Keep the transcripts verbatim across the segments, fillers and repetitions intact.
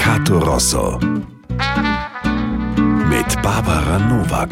Mercato Rosso mit Barbara Nowak.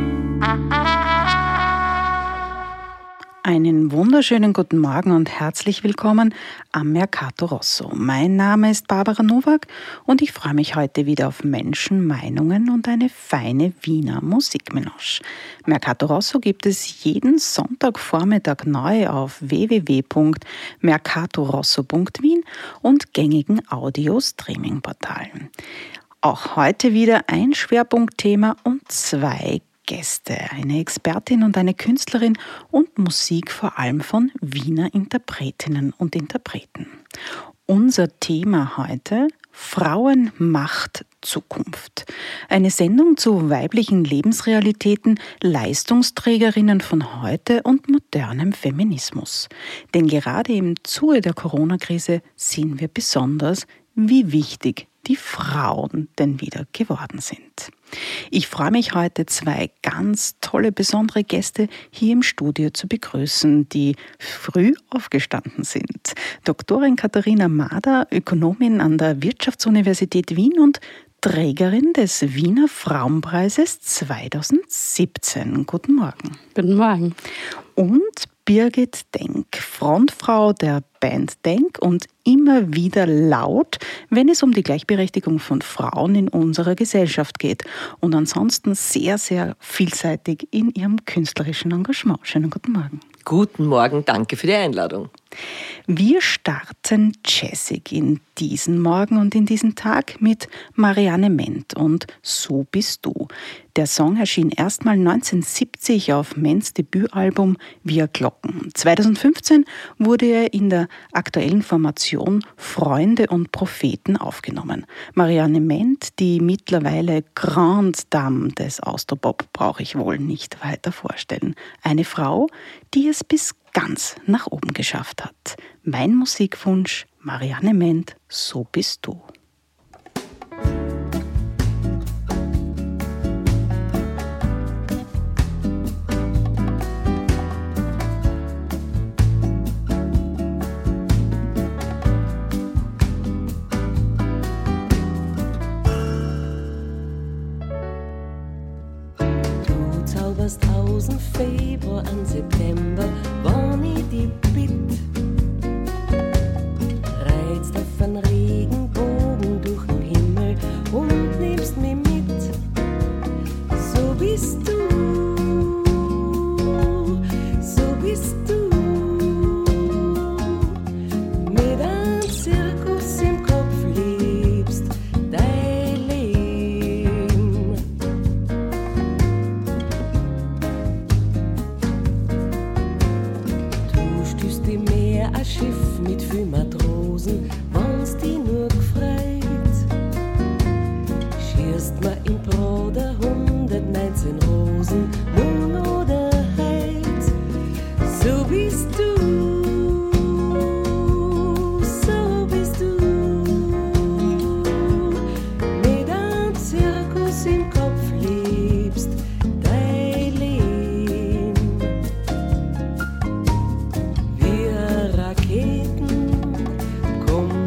Einen wunderschönen guten Morgen und herzlich willkommen am Mercato Rosso. Mein Name ist Barbara Nowak und ich freue mich heute wieder auf Menschen, Meinungen und eine feine Wiener Musikmelange. Mercato Rosso gibt es jeden Sonntagvormittag neu auf w w w punkt mercatorosso punkt wien und gängigen Audio-Streaming-Portalen. Auch heute wieder ein Schwerpunktthema und zwei Gäste, eine Expertin und eine Künstlerin und Musik vor allem von Wiener Interpretinnen und Interpreten. Unser Thema heute: Frauen, Macht, Zukunft. Eine Sendung zu weiblichen Lebensrealitäten, Leistungsträgerinnen von heute und modernem Feminismus. Denn gerade im Zuge der Corona-Krise sehen wir besonders, wie wichtig die Frauen denn wieder geworden sind. Ich freue mich heute, zwei ganz tolle, besondere Gäste hier im Studio zu begrüßen, die früh aufgestanden sind. Doktorin Katharina Mader, Ökonomin an der Wirtschaftsuniversität Wien und Trägerin des Wiener Frauenpreises zweitausendsiebzehn. Guten Morgen. Guten Morgen. Und Birgit Denk, Frontfrau der Band Denk und immer wieder laut, wenn es um die Gleichberechtigung von Frauen in unserer Gesellschaft geht. Und ansonsten sehr, sehr vielseitig in ihrem künstlerischen Engagement. Schönen guten Morgen. Guten Morgen, danke für die Einladung. Wir starten jazzig in diesen Morgen und in diesen Tag mit Marianne Ment und So bist du. Der Song erschien erstmal neunzehnhundertsiebzig auf Ments Debütalbum Wir Glocken. zweitausendfünfzehn wurde er in der aktuellen Formation Freunde und Propheten aufgenommen. Marianne Ment, die mittlerweile Grande Dame des Austropop, brauche ich wohl nicht weiter vorstellen. Eine Frau, die es bis ganz nach oben geschafft hat. Mein Musikwunsch: Marianne Ment, So bist du. Tausend Februar an September, wann ich die bitt, reizt auf einen Regenbogen durch den Himmel und nimmst mich mit. So bist du, so bist du, mit einem Zirkus im Kopf liebst dein Leben. Ein Schiff mit viel Matrosen, wann's die nur gefreut. Schierst mir im Broder hundertneunzehn Rosen, nun oder heut. So bist du, so bist du, mit einem Zirkus im Kopf liebst dein Leben. Wir Raketen, komm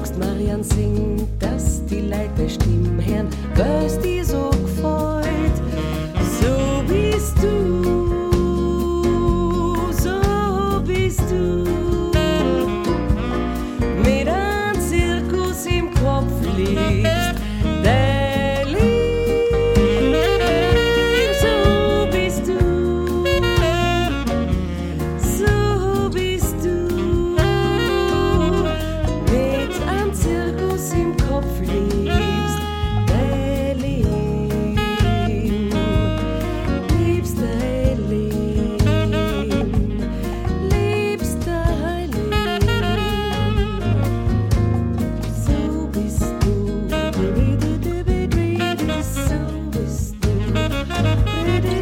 magst Marian singt, dass die Leute Stimme hören, weil's dir so gefällt. So bist du, so bist du, mit einem Zirkus im Kopf liebst dein Leben. So bist du, so bist du, mit einem Zirkus im Kopf liebst dein Leben. Liebst dein Leben, liebst dein Leben. So bist du, so bist du.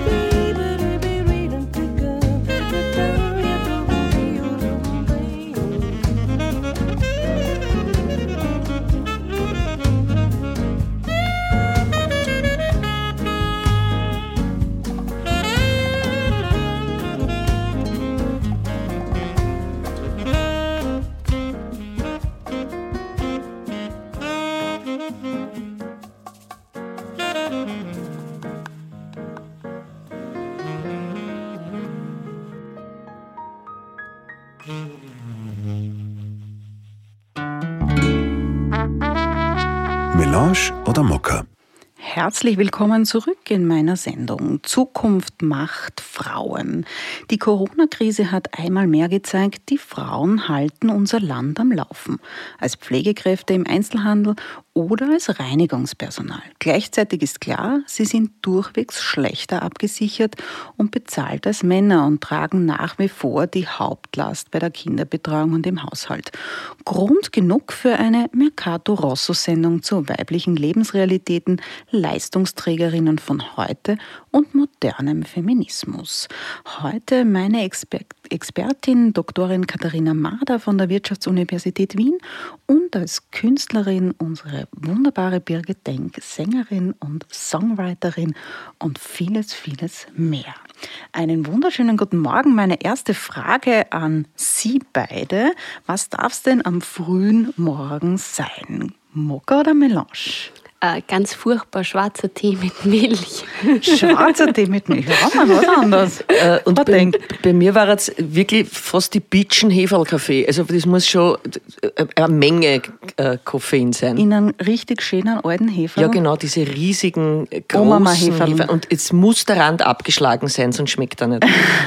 Melange oder Mokka? Herzlich willkommen zurück in meiner Sendung Zukunft macht Frauen. Die Corona-Krise hat einmal mehr gezeigt, die Frauen halten unser Land am Laufen. Als Pflegekräfte im Einzelhandel oder als Reinigungspersonal. Gleichzeitig ist klar, sie sind durchwegs schlechter abgesichert und bezahlt als Männer und tragen nach wie vor die Hauptlast bei der Kinderbetreuung und im Haushalt. Grund genug für eine Mercato Rosso-Sendung zu weiblichen Lebensrealitäten, Leistungsträgerinnen von heute und modernem Feminismus. Heute meine Exper- Expertin, Doktorin Katharina Mader von der Wirtschaftsuniversität Wien und als Künstlerin unsere wunderbare Birgit Denk, Sängerin und Songwriterin und vieles, vieles mehr. Einen wunderschönen guten Morgen. Meine erste Frage an Sie beide. Was darf es denn am frühen Morgen sein? Mokka oder Melange? Äh, ganz furchtbar, schwarzer Tee mit Milch. Schwarzer Tee mit Milch, ja, mal was anderes. Äh, und Was bei, denkt? bei mir war jetzt wirklich fast die Bitchen Heferlkaffee. Also das muss schon eine Menge äh, Koffein sein. In einem richtig schönen alten Hefer. Ja genau, diese riesigen, Oma großen Heferl. Hefer. Und jetzt muss der Rand abgeschlagen sein, sonst schmeckt er nicht.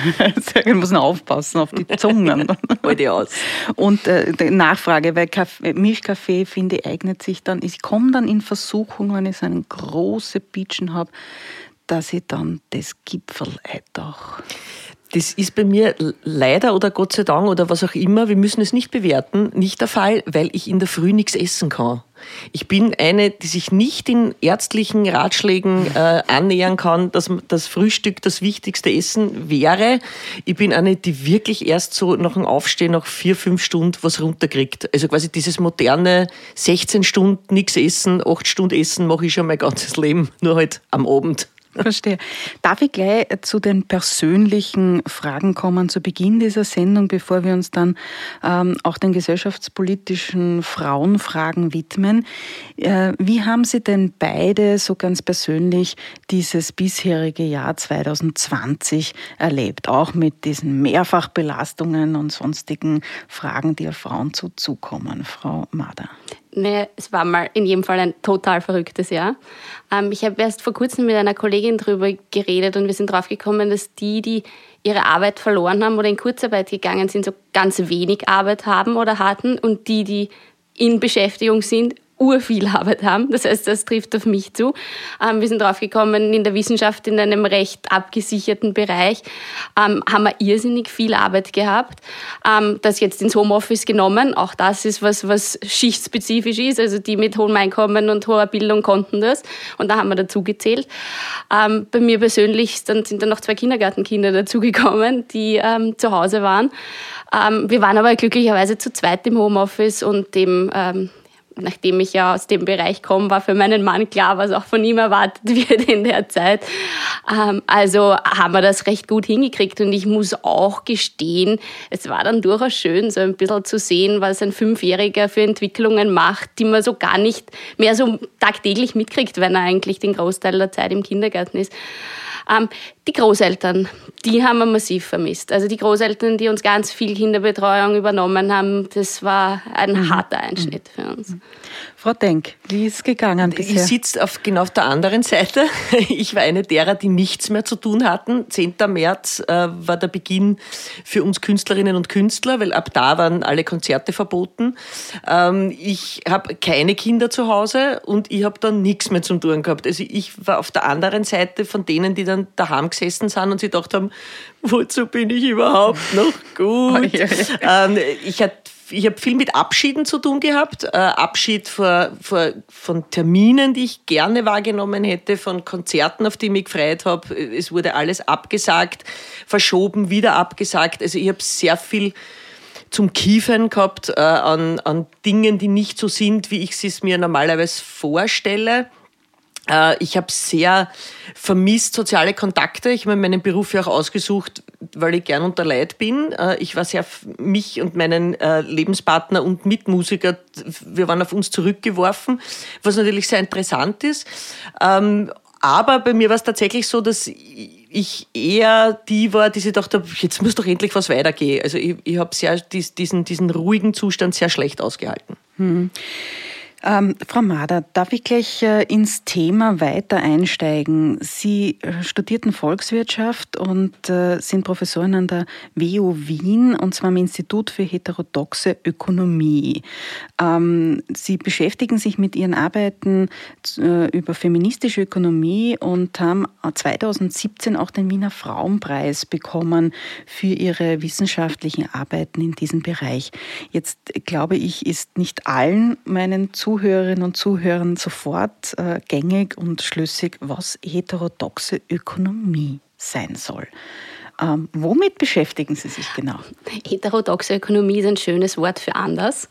Man muss noch aufpassen auf die Zungen. Halte aus. Und äh, die Nachfrage, weil Kaffee, Milchkaffee, finde ich, eignet sich dann, ich komme dann in Versuchung, wenn ich so einen großen Bitchen habe, dass ich dann das Gipfel auch. Das ist bei mir leider oder Gott sei Dank oder was auch immer, wir müssen es nicht bewerten, nicht der Fall, weil ich in der Früh nichts essen kann. Ich bin eine, die sich nicht in ärztlichen Ratschlägen äh, annähern kann, dass das Frühstück das wichtigste Essen wäre. Ich bin eine, die wirklich erst so nach dem Aufstehen nach vier, fünf Stunden was runterkriegt. Also quasi dieses moderne sechzehn Stunden nichts essen, acht Stunden essen mache ich schon mein ganzes Leben, nur halt am Abend. Verstehe. Darf ich gleich zu den persönlichen Fragen kommen zu Beginn dieser Sendung, bevor wir uns dann ähm, auch den gesellschaftspolitischen Frauenfragen widmen? Äh, wie haben Sie denn beide so ganz persönlich dieses bisherige Jahr zwanzig zwanzig erlebt? Auch mit diesen Mehrfachbelastungen und sonstigen Fragen, die auf Frauen zuzukommen. Frau Mader. Nee, es war mal in jedem Fall ein total verrücktes Jahr. Ähm, ich habe erst vor kurzem mit einer Kollegin darüber geredet und wir sind drauf gekommen, dass die, die ihre Arbeit verloren haben oder in Kurzarbeit gegangen sind, so ganz wenig Arbeit haben oder hatten und die, die in Beschäftigung sind, urviel Arbeit haben. Das heißt, das trifft auf mich zu. Ähm, wir sind draufgekommen, in der Wissenschaft, in einem recht abgesicherten Bereich, ähm, haben wir irrsinnig viel Arbeit gehabt. Ähm, das jetzt ins Homeoffice genommen. Auch das ist was, was schichtspezifisch ist. Also die mit hohem Einkommen und hoher Bildung konnten das. Und da haben wir dazu gezählt. Ähm, bei mir persönlich dann sind dann noch zwei Kindergartenkinder dazugekommen, die ähm, zu Hause waren. Ähm, wir waren aber glücklicherweise zu zweit im Homeoffice und dem ähm, nachdem ich ja aus dem Bereich komme, war für meinen Mann klar, was auch von ihm erwartet wird in der Zeit. Ähm, also haben wir das recht gut hingekriegt und ich muss auch gestehen, es war dann durchaus schön, so ein bisschen zu sehen, was ein Fünfjähriger für Entwicklungen macht, die man so gar nicht mehr so tagtäglich mitkriegt, wenn er eigentlich den Großteil der Zeit im Kindergarten ist. Ähm, die Großeltern, die haben wir massiv vermisst. Also die Großeltern, die uns ganz viel Kinderbetreuung übernommen haben, das war ein mhm. harter Einschnitt für uns. Frau Denk, wie ist es gegangen bisher? Ich sitze auf, genau auf der anderen Seite. Ich war eine derer, die nichts mehr zu tun hatten. zehnten März äh, war der Beginn für uns Künstlerinnen und Künstler, weil ab da waren alle Konzerte verboten. Ähm, ich habe keine Kinder zu Hause und ich habe dann nichts mehr zum tun gehabt. Also ich war auf der anderen Seite von denen, die dann daheim gesessen sind und sich gedacht haben, wozu bin ich überhaupt noch gut? Oh, ja, ja. Ähm, ich hatte Ich habe viel mit Abschieden zu tun gehabt. Äh, Abschied vor, vor, von Terminen, die ich gerne wahrgenommen hätte, von Konzerten, auf die ich mich gefreut habe. Es wurde alles abgesagt, verschoben, wieder abgesagt. Also ich habe sehr viel zum Kiefern gehabt äh, an, an Dingen, die nicht so sind, wie ich es mir normalerweise vorstelle. Ich habe sehr vermisst soziale Kontakte. Ich habe meinen Beruf ja auch ausgesucht, weil ich gern unter Leid bin. Ich war sehr mich und meinen Lebenspartner und Mitmusiker, wir waren auf uns zurückgeworfen, was natürlich sehr interessant ist. Aber bei mir war es tatsächlich so, dass ich eher die war, die sich gedacht habe, jetzt muss doch endlich was weitergehen. Also ich, ich habe sehr diesen, diesen ruhigen Zustand sehr schlecht ausgehalten. Hm. Ähm, Frau Mader, darf ich gleich äh, ins Thema weiter einsteigen? Sie äh, studierten Volkswirtschaft und äh, sind Professorin an der W U Wien, und zwar am Institut für heterodoxe Ökonomie. Ähm, Sie beschäftigen sich mit Ihren Arbeiten äh, über feministische Ökonomie und haben zweitausendsiebzehn auch den Wiener Frauenpreis bekommen für Ihre wissenschaftlichen Arbeiten in diesem Bereich. Jetzt glaube ich, ist nicht allen meinen Zuhörern Zuhörerinnen und Zuhörern sofort äh, gängig und schlüssig, was heterodoxe Ökonomie sein soll. Ähm, womit beschäftigen Sie sich genau? Heterodoxe Ökonomie ist ein schönes Wort für anders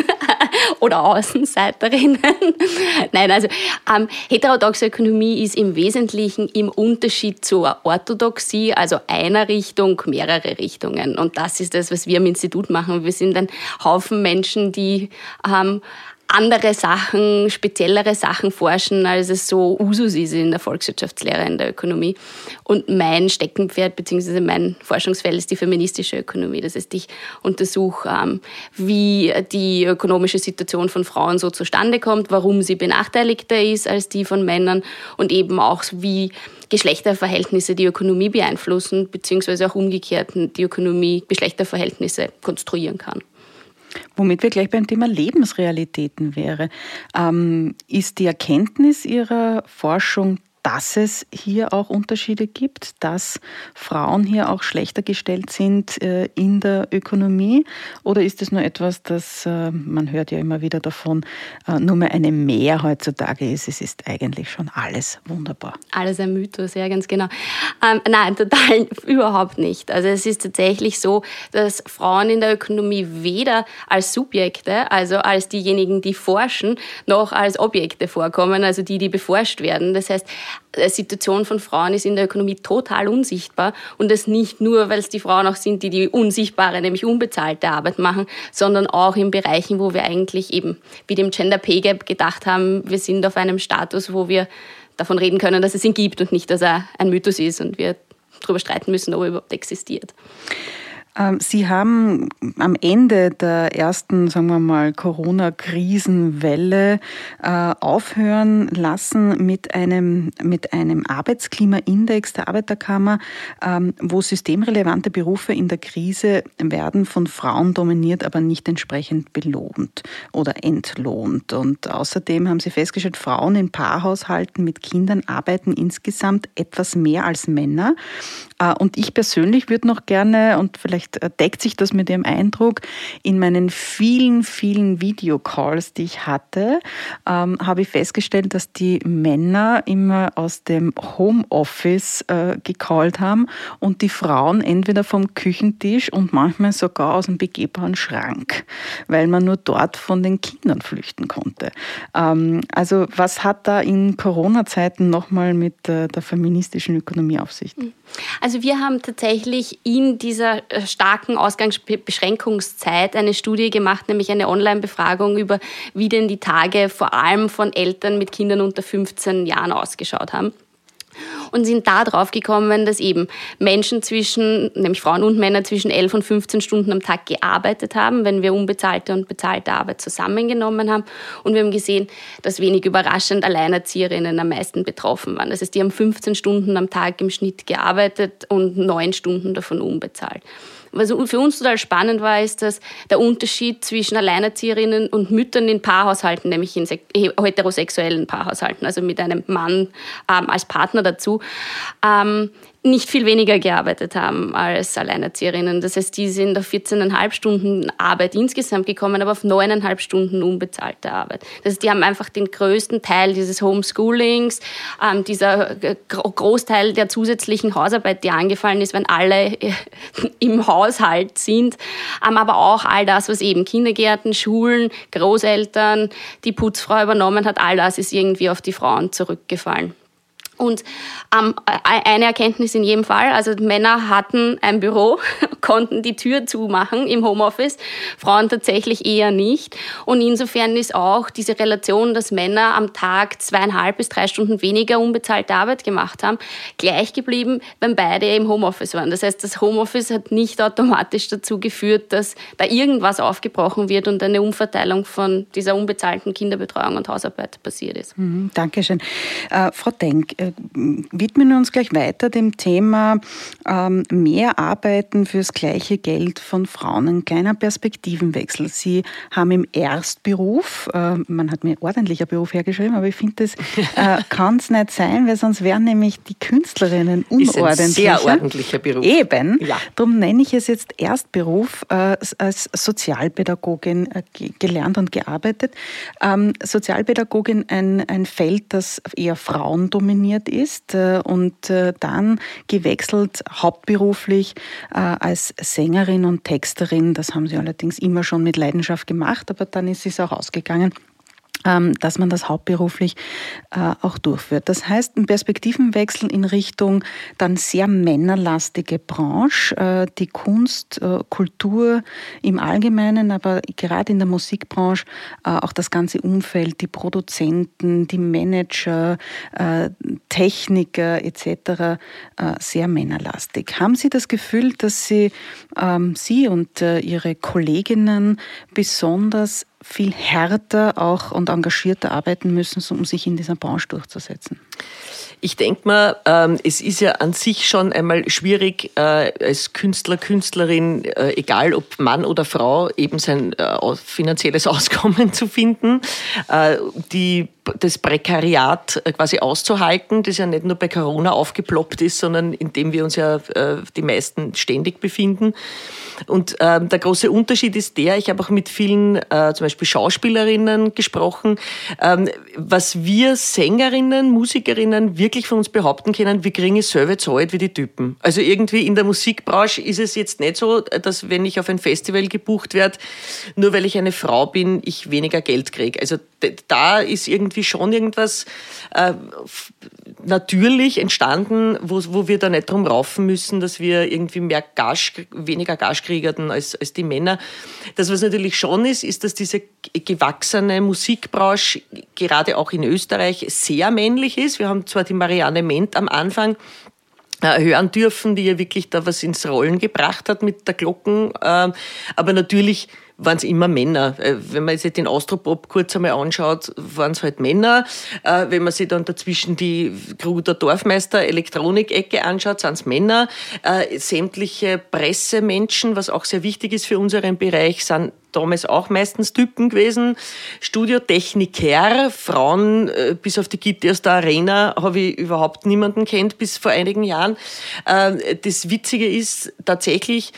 oder Außenseiterinnen. Nein, also ähm, heterodoxe Ökonomie ist im Wesentlichen im Unterschied zur Orthodoxie, also einer Richtung, mehrere Richtungen. Und das ist das, was wir am Institut machen. Wir sind ein Haufen Menschen, die ähm, andere Sachen, speziellere Sachen forschen, als es so Usus ist in der Volkswirtschaftslehre, in der Ökonomie. Und mein Steckenpferd bzw. mein Forschungsfeld ist die feministische Ökonomie. Das heißt, ich untersuche, ähm, wie die ökonomische Situation von Frauen so zustande kommt, warum sie benachteiligter ist als die von Männern und eben auch, wie Geschlechterverhältnisse die Ökonomie beeinflussen, beziehungsweise auch umgekehrt die Ökonomie Geschlechterverhältnisse konstruieren kann. Womit wir gleich beim Thema Lebensrealitäten wäre. Ähm, ist die Erkenntnis Ihrer Forschung, dass es hier auch Unterschiede gibt, dass Frauen hier auch schlechter gestellt sind äh, in der Ökonomie? Oder ist es nur etwas, das, äh, man hört ja immer wieder davon, äh, nur mehr eine Mehr heutzutage ist? Es ist eigentlich schon alles wunderbar. Alles ein Mythos, ja, ganz genau. Ähm, nein, total überhaupt nicht. Also es ist tatsächlich so, dass Frauen in der Ökonomie weder als Subjekte, also als diejenigen, die forschen, noch als Objekte vorkommen, also die, die beforscht werden. Das heißt, die Situation von Frauen ist in der Ökonomie total unsichtbar, und das nicht nur, weil es die Frauen auch sind, die die unsichtbare, nämlich unbezahlte Arbeit machen, sondern auch in Bereichen, wo wir eigentlich eben wie dem Gender Pay Gap gedacht haben, wir sind auf einem Status, wo wir davon reden können, dass es ihn gibt und nicht, dass er ein Mythos ist und wir darüber streiten müssen, ob er überhaupt existiert. Sie haben am Ende der ersten, sagen wir mal, Corona-Krisenwelle äh, aufhören lassen mit einem, mit einem Arbeitsklimaindex der Arbeiterkammer, ähm, wo systemrelevante Berufe in der Krise werden von Frauen dominiert, aber nicht entsprechend belohnt oder entlohnt. Und außerdem haben Sie festgestellt, Frauen in Paarhaushalten mit Kindern arbeiten insgesamt etwas mehr als Männer. Äh, und ich persönlich würde noch gerne, und vielleicht vielleicht deckt sich das mit Ihrem Eindruck. In meinen vielen, vielen Videocalls, die ich hatte, ähm, habe ich festgestellt, dass die Männer immer aus dem Homeoffice äh, gecallt haben und die Frauen entweder vom Küchentisch und manchmal sogar aus dem begehbaren Schrank, weil man nur dort von den Kindern flüchten konnte. Ähm, also was hat da in Corona-Zeiten nochmal mit äh, der feministischen Ökonomie auf sich? Also wir haben tatsächlich in dieser starken Ausgangsbeschränkungszeit eine Studie gemacht, nämlich eine Online-Befragung über, wie denn die Tage vor allem von Eltern mit Kindern unter fünfzehn Jahren ausgeschaut haben. Und sind da drauf gekommen, dass eben Menschen zwischen, nämlich Frauen und Männer, zwischen elf und fünfzehn Stunden am Tag gearbeitet haben, wenn wir unbezahlte und bezahlte Arbeit zusammengenommen haben. Und wir haben gesehen, dass wenig überraschend Alleinerzieherinnen am meisten betroffen waren. Das heißt, die haben fünfzehn Stunden am Tag im Schnitt gearbeitet und neun Stunden davon unbezahlt. Was für uns total spannend war, ist, dass der Unterschied zwischen Alleinerzieherinnen und Müttern in Paarhaushalten, nämlich in heterosexuellen Paarhaushalten, also mit einem Mann ähm, als Partner dazu, ähm, nicht viel weniger gearbeitet haben als Alleinerzieherinnen. Das heißt, die sind auf vierzehn Komma fünf Stunden Arbeit insgesamt gekommen, aber auf neun Komma fünf Stunden unbezahlte Arbeit. Das heißt, die haben einfach den größten Teil dieses Homeschoolings, ähm, dieser Großteil der zusätzlichen Hausarbeit, die angefallen ist, wenn alle im Haushalt sind, ähm, aber auch all das, was eben Kindergärten, Schulen, Großeltern, die Putzfrau übernommen hat, all das ist irgendwie auf die Frauen zurückgefallen. Und ähm, eine Erkenntnis in jedem Fall, also Männer hatten ein Büro, konnten die Tür zumachen im Homeoffice, Frauen tatsächlich eher nicht. Und insofern ist auch diese Relation, dass Männer am Tag zweieinhalb bis drei Stunden weniger unbezahlte Arbeit gemacht haben, gleich geblieben, wenn beide im Homeoffice waren. Das heißt, das Homeoffice hat nicht automatisch dazu geführt, dass da irgendwas aufgebrochen wird und eine Umverteilung von dieser unbezahlten Kinderbetreuung und Hausarbeit passiert ist. Mhm, Dankeschön. Äh, Frau Denk, äh, widmen wir uns gleich weiter dem Thema ähm, mehr Arbeiten fürs gleiche Geld von Frauen. Ein kleiner Perspektivenwechsel. Sie haben im Erstberuf, äh, man hat mir ordentlicher Beruf hergeschrieben, aber ich finde, das äh, kann es nicht sein, weil sonst wären nämlich die Künstlerinnen unordentlicher. Ist ein sehr ordentlicher Beruf. Eben. Ja. Darum nenne ich es jetzt Erstberuf, äh, als Sozialpädagogin äh, gelernt und gearbeitet. Ähm, Sozialpädagogin ein, ein Feld, das eher Frauen dominiert ist äh, und äh, dann gewechselt hauptberuflich äh, als Sängerin und Texterin. Das haben sie allerdings immer schon mit Leidenschaft gemacht, aber dann ist es auch ausgegangen, dass man das hauptberuflich äh, auch durchführt. Das heißt, ein Perspektivenwechsel in Richtung dann sehr männerlastige Branche, äh, die Kunst, äh, Kultur im Allgemeinen, aber gerade in der Musikbranche äh, auch das ganze Umfeld, die Produzenten, die Manager, äh, Techniker et cetera äh, sehr männerlastig. Haben Sie das Gefühl, dass Sie, ähm, Sie und äh, Ihre Kolleginnen besonders viel härter auch und engagierter arbeiten müssen, um sich in dieser Branche durchzusetzen? Ich denke mal, ähm, es ist ja an sich schon einmal schwierig, äh, als Künstler, Künstlerin, äh, egal ob Mann oder Frau, eben sein äh, finanzielles Auskommen zu finden, äh, die das Prekariat quasi auszuhalten, das ja nicht nur bei Corona aufgeploppt ist, sondern in dem wir uns ja äh, die meisten ständig befinden. Und ähm, der große Unterschied ist der, ich habe auch mit vielen äh, zum Beispiel Schauspielerinnen gesprochen, ähm, was wir Sängerinnen, Musikerinnen wirklich von uns behaupten können, wir kriegen dasselbe zahlt wie die Typen. Also irgendwie in der Musikbranche ist es jetzt nicht so, dass wenn ich auf ein Festival gebucht werde, nur weil ich eine Frau bin, ich weniger Geld kriege. Also da ist irgendwie schon irgendwas äh, natürlich entstanden, wo, wo wir da nicht drum raufen müssen, dass wir irgendwie mehr Gage, weniger Gage kriegen als, als die Männer. Das, was natürlich schon ist, ist, dass diese gewachsene Musikbranche, gerade auch in Österreich, sehr männlich ist. Wir haben zwar die Marianne Ment am Anfang äh, hören dürfen, die ja wirklich da was ins Rollen gebracht hat mit der Glocken, äh, aber natürlich waren es immer Männer. Wenn man sich den Austropop kurz einmal anschaut, waren es halt Männer. Wenn man sich dann dazwischen die Gruder Dorfmeister Elektronik-Ecke anschaut, sind es Männer. Sämtliche Pressemenschen, was auch sehr wichtig ist für unseren Bereich, sind damals auch meistens Typen gewesen. Studiotechniker, Frauen, bis auf die Gitti aus der Arena, habe ich überhaupt niemanden kennt bis vor einigen Jahren. Das Witzige ist tatsächlich,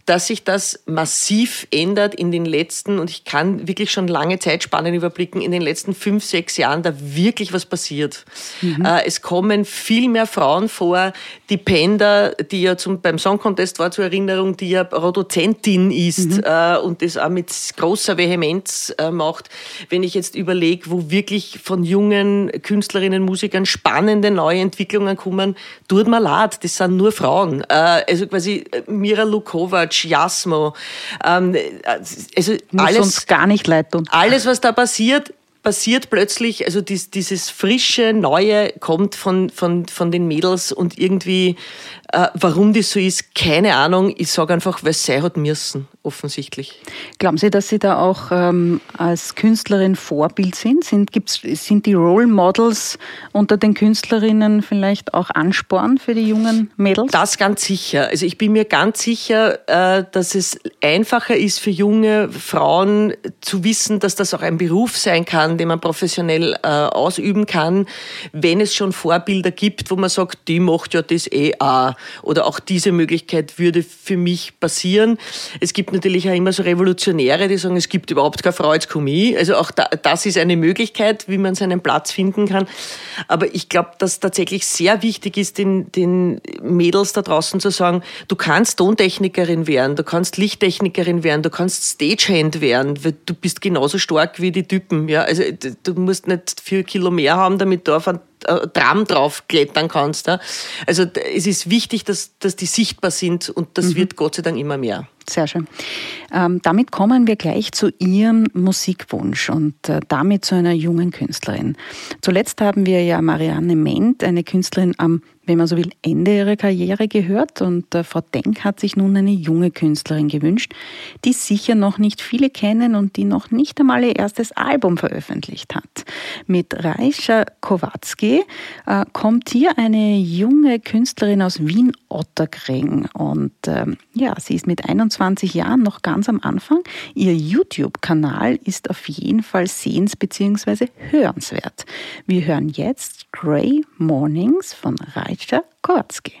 dass sich das massiv ändert in den letzten, und ich kann wirklich schon lange Zeitspannen überblicken, in den letzten fünf, sechs Jahren da wirklich was passiert. Mhm. Äh, es kommen viel mehr Frauen vor, die Penda, die ja zum, beim Song Contest war zur Erinnerung, die ja Produzentin ist mhm. äh, und das auch mit großer Vehemenz äh, macht. Wenn ich jetzt überlege, wo wirklich von jungen Künstlerinnen, Musikern spannende neue Entwicklungen kommen, tut mir leid, das sind nur Frauen. Äh, also quasi Mira Lukovac, Jasmo, ähm, also muss alles, uns gar nicht leid tun. Alles, was da passiert, passiert plötzlich, also dies, dieses frische, Neue kommt von, von, von den Mädels und irgendwie, äh, warum das so ist, keine Ahnung. Ich sage einfach, weil es sein hat müssen, offensichtlich. Glauben Sie, dass Sie da auch ähm, als Künstlerin Vorbild sind? Sind, gibt's, sind die Role Models unter den Künstlerinnen vielleicht auch Ansporn für die jungen Mädels? Das ganz sicher. Also ich bin mir ganz sicher, äh, dass es einfacher ist für junge Frauen zu wissen, dass das auch ein Beruf sein kann, den man professionell äh, ausüben kann, wenn es schon Vorbilder gibt, wo man sagt, die macht ja das eh auch. Oder auch diese Möglichkeit würde für mich passieren. Es gibt natürlich auch immer so Revolutionäre, die sagen, es gibt überhaupt keine Frau, jetzt komme ich. Also auch da, das ist eine Möglichkeit, wie man seinen Platz finden kann. Aber ich glaube, dass tatsächlich sehr wichtig ist, den, den Mädels da draußen zu sagen, du kannst Tontechnikerin werden, du kannst Lichttechnikerin werden, du kannst Stagehand werden, weil du bist genauso stark wie die Typen. Ja? Also du musst nicht vier Kilo mehr haben, damit du auf ein Tram drauf klettern kannst. Ja? Also es ist wichtig, dass, dass die sichtbar sind, und das mhm. wird Gott sei Dank immer mehr. Sehr schön. Ähm, damit kommen wir gleich zu Ihrem Musikwunsch und äh, damit zu einer jungen Künstlerin. Zuletzt haben wir ja Marianne Ment, eine Künstlerin am, wenn man so will, Ende ihrer Karriere gehört, und äh, Frau Denk hat sich nun eine junge Künstlerin gewünscht, die sicher noch nicht viele kennen und die noch nicht einmal ihr erstes Album veröffentlicht hat. Mit Raischa Kowalski äh, kommt hier eine junge Künstlerin aus Wien-Otterkring, und äh, ja, sie ist mit einundzwanzig Jahren noch ganz am Anfang. Ihr YouTube-Kanal ist auf jeden Fall sehens- bzw. hörenswert. Wir hören jetzt Grey Mornings von Raischa Kowalski.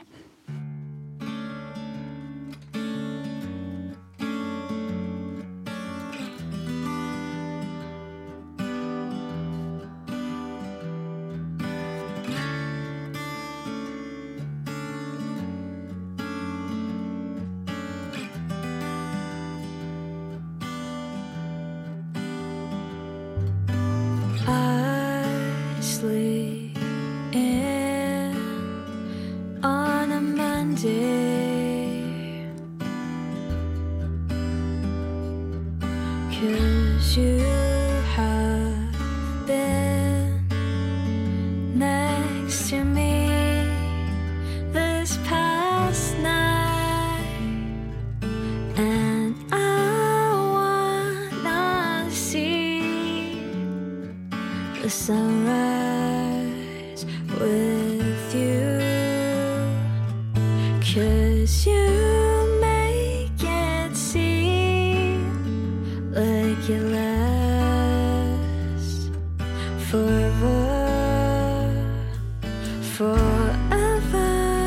Sleep in on a Monday, 'cause you have been next to me this past night, and I wanna see the sunrise with you, 'cause you make it seem like you last forever, forever.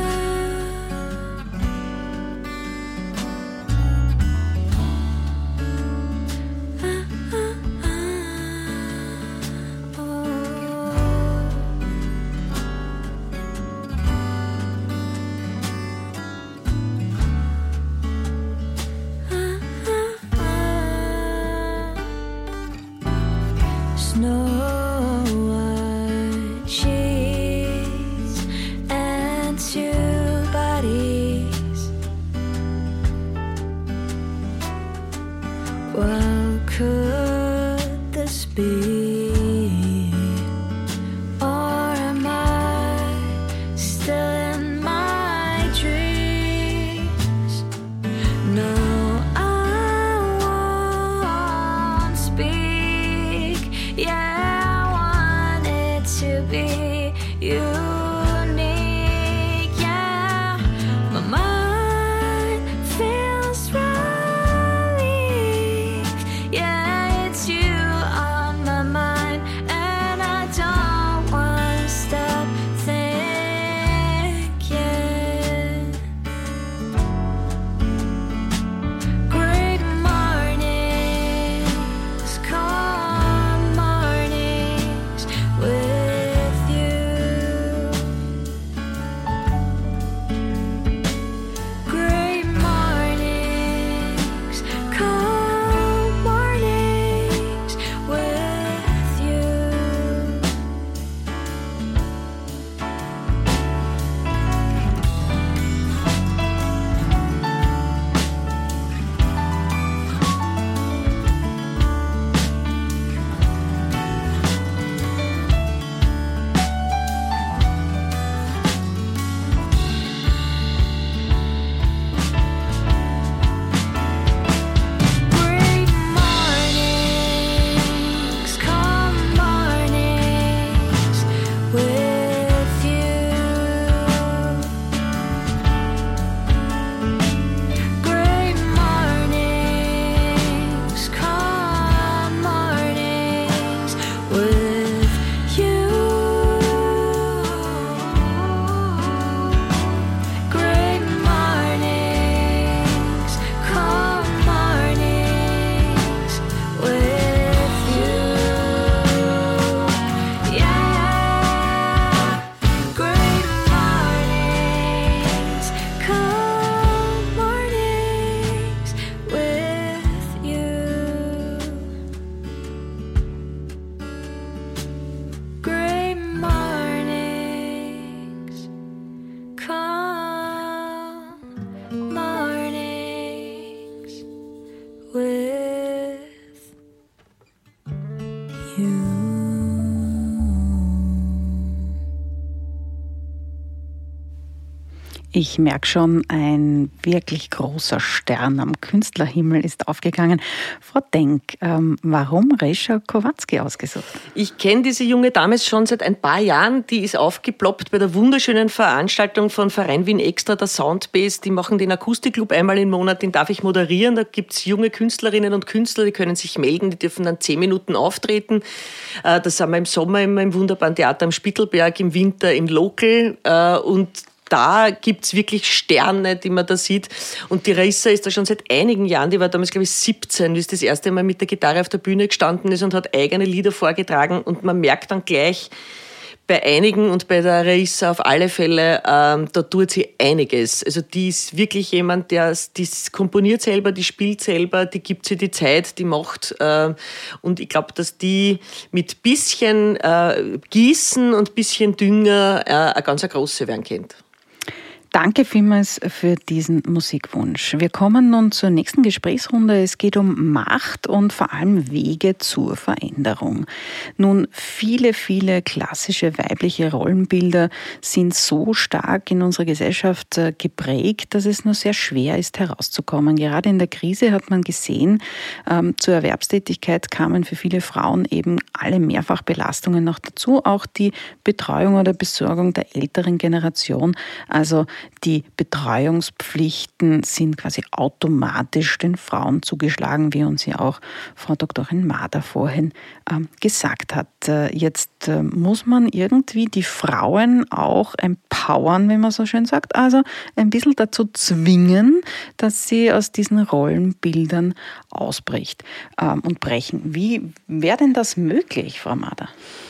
Ah, ah, ah. Oh. Snow white sheets and two bodies. Well, could this be? Or am I still in my dreams? No, I won't speak. Yeah, I want it to be unique. Yeah, my mind feels relief. Yeah, it's you on my mind, and I don't want to stop thinking. Ich merke schon, ein wirklich großer Stern am Künstlerhimmel ist aufgegangen. Frau Denk, ähm, warum Rescha Kowatzki ausgesucht? Ich kenne diese junge Dame schon seit ein paar Jahren. Die ist aufgeploppt bei der wunderschönen Veranstaltung von Verein Wien Extra, der Soundbase. Die machen den Akustikclub einmal im Monat, den darf ich moderieren. Da gibt es junge Künstlerinnen und Künstler, die können sich melden, die dürfen dann zehn Minuten auftreten. Äh, das sind wir im Sommer immer im wunderbaren Theater am Spittelberg, im Winter im Local. Äh, und Da gibt's wirklich Sterne, die man da sieht. Und die Raissa ist da schon seit einigen Jahren, die war damals, glaube ich, siebzehn, wie sie das erste Mal mit der Gitarre auf der Bühne gestanden ist und hat eigene Lieder vorgetragen. Und man merkt dann gleich bei einigen und bei der Raissa auf alle Fälle, ähm, da tut sie einiges. Also die ist wirklich jemand, der die komponiert selber, die spielt selber, die gibt sie die Zeit, die macht. Äh, und ich glaube, dass die mit bisschen äh, Gießen und bisschen Dünger äh, eine ganz eine große werden kennt. Danke vielmals für diesen Musikwunsch. Wir kommen nun zur nächsten Gesprächsrunde. Es geht um Macht und vor allem Wege zur Veränderung. Nun, viele, viele klassische weibliche Rollenbilder sind so stark in unserer Gesellschaft geprägt, dass es nur sehr schwer ist, herauszukommen. Gerade in der Krise hat man gesehen, ähm, zur Erwerbstätigkeit kamen für viele Frauen eben alle Mehrfachbelastungen noch dazu, auch die Betreuung oder Besorgung der älteren Generation. Also die Betreuungspflichten sind quasi automatisch den Frauen zugeschlagen, wie uns ja auch Frau Doktorin Mader vorhin ähm, gesagt hat. Äh, jetzt äh, muss man irgendwie die Frauen auch empowern, wie man so schön sagt, also ein bisschen dazu zwingen, dass sie aus diesen Rollenbildern ausbricht ähm, und brechen. Wie wäre denn das möglich, Frau Mader?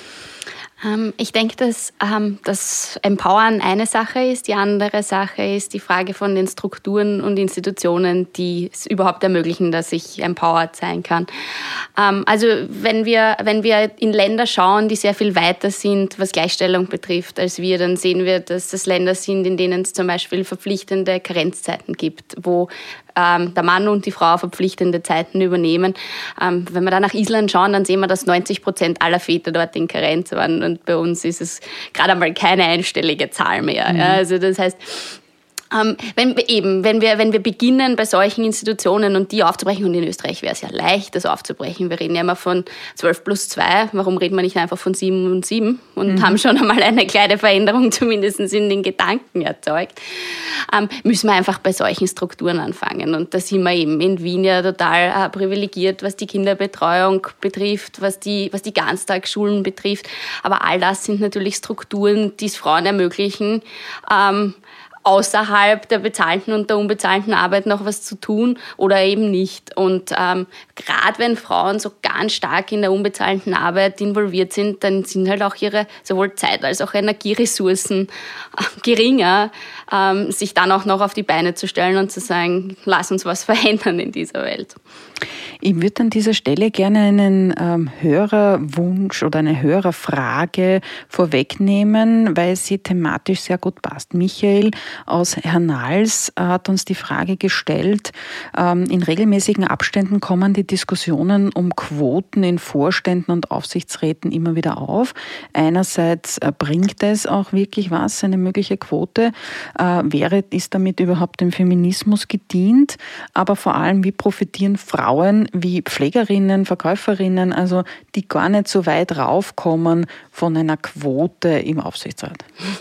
Ich denke, dass ähm, das Empowern eine Sache ist. Die andere Sache ist die Frage von den Strukturen und Institutionen, die es überhaupt ermöglichen, dass ich empowered sein kann. Ähm, also wenn wir, wenn wir in Länder schauen, die sehr viel weiter sind, was Gleichstellung betrifft, als wir, dann sehen wir, dass das Länder sind, in denen es zum Beispiel verpflichtende Karenzzeiten gibt, wo ähm, der Mann und die Frau verpflichtende Zeiten übernehmen. Ähm, wenn wir da nach Island schauen, dann sehen wir, dass neunzig Prozent aller Väter dort in Karenz waren. Und bei uns ist es gerade einmal keine einstellige Zahl mehr. Mhm. Ja, also das heißt, Ähm, wenn wir eben, wenn wir, wenn wir beginnen bei solchen Institutionen und die aufzubrechen, und in Österreich wäre es ja leicht, das aufzubrechen. Wir reden ja immer von zwölf plus zwei. Warum reden wir nicht einfach von sieben und sieben und mhm. haben schon einmal eine kleine Veränderung zumindest in den Gedanken erzeugt? Ähm, müssen wir einfach bei solchen Strukturen anfangen. Und da sind wir eben in Wien ja total äh, privilegiert, was die Kinderbetreuung betrifft, was die, was die Ganztagsschulen betrifft. Aber all das sind natürlich Strukturen, die es Frauen ermöglichen, ähm, außerhalb der bezahlten und der unbezahlten Arbeit noch was zu tun oder eben nicht. Und ähm, gerade wenn Frauen so ganz stark in der unbezahlten Arbeit involviert sind, dann sind halt auch ihre sowohl Zeit- als auch Energieressourcen äh, geringer, ähm, sich dann auch noch auf die Beine zu stellen und zu sagen, lass uns was verändern in dieser Welt. Ich würde an dieser Stelle gerne einen ähm, Hörerwunsch oder eine Hörerfrage vorwegnehmen, weil sie thematisch sehr gut passt. Michael aus Hernals hat uns die Frage gestellt, ähm, in regelmäßigen Abständen kommen die Diskussionen um Quoten in Vorständen und Aufsichtsräten immer wieder auf. Einerseits äh, bringt es auch wirklich was, eine mögliche Quote. Äh, wäre, ist damit überhaupt dem Feminismus gedient? Aber vor allem, wie profitieren Frauen wie Pflegerinnen, Verkäuferinnen, also die gar nicht so weit raufkommen von einer Quote im Aufsichtsrat?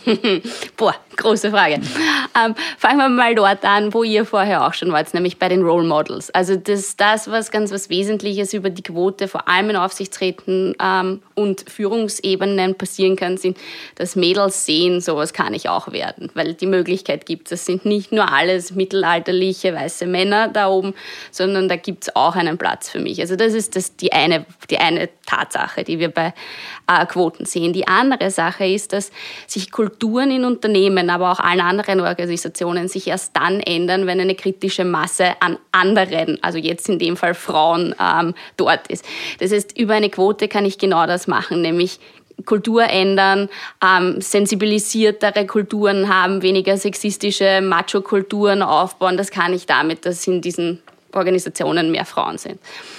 Boah, große Frage. Ähm, fangen wir mal dort an, wo ihr vorher auch schon wart, nämlich bei den Role Models. Also das, das was ganz was Wesentliches über die Quote, vor allem in Aufsichtsräten ähm, und Führungsebenen passieren kann, sind, dass Mädels sehen, sowas kann ich auch werden, weil die Möglichkeit gibt. Das sind nicht nur alles mittelalterliche weiße Männer da oben, sondern da gibt es auch einen Platz für mich. Also das ist das die eine, die eine Tatsache, die wir bei äh, Quoten sehen. Die andere Sache ist, dass sich Kulturen in Unternehmen, aber auch allen anderen Organisationen sich erst dann ändern, wenn eine kritische Masse an anderen, also jetzt in dem Fall Frauen, ähm, dort ist. Das heißt, über eine Quote kann ich genau das machen, nämlich Kultur ändern, ähm, sensibilisiertere Kulturen haben, weniger sexistische Macho-Kulturen aufbauen. Das kann ich damit, dass in diesen Organisationen mehr Frauen sind.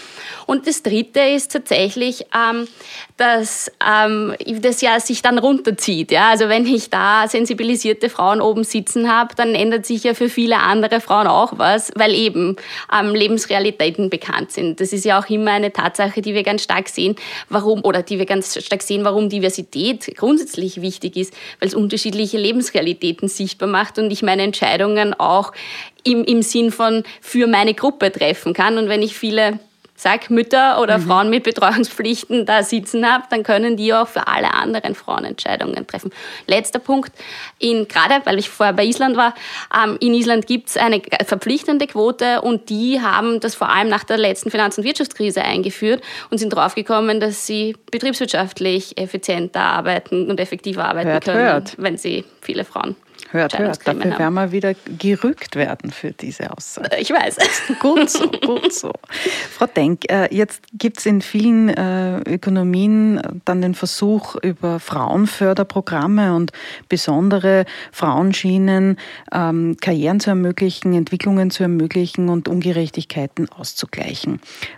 Und das Dritte ist tatsächlich, ähm, dass ähm, das ja sich dann runterzieht. Ja? Also wenn ich da sensibilisierte Frauen oben sitzen habe, dann ändert sich ja für viele andere Frauen auch was, weil eben ähm, Lebensrealitäten bekannt sind. Das ist ja auch immer eine Tatsache, die wir ganz stark sehen, warum, oder die wir ganz stark sehen, warum Diversität grundsätzlich wichtig ist, weil es unterschiedliche Lebensrealitäten sichtbar macht und ich meine Entscheidungen auch im, im Sinn von für meine Gruppe treffen kann. Und wenn ich viele sag Mütter oder mhm. Frauen mit Betreuungspflichten da sitzen habe, dann können die auch für alle anderen Frauen Entscheidungen treffen. Letzter Punkt, in, gerade weil ich vorher bei Island war, ähm, in Island gibt es eine verpflichtende Quote und die haben das vor allem nach der letzten Finanz- und Wirtschaftskrise eingeführt und sind draufgekommen, dass sie betriebswirtschaftlich effizienter arbeiten und effektiver arbeiten hört, können, hört. wenn sie viele Frauen Hört, hört. Dafür werden wir wieder gerügt werden für diese Aussage. Ich weiß. Gut so, gut so. Frau Denk, jetzt gibt es in vielen Ökonomien dann den Versuch, über Frauenförderprogramme und besondere Frauenschienen Karrieren zu ermöglichen, Entwicklungen zu ermöglichen und Ungerechtigkeiten auszugleichen.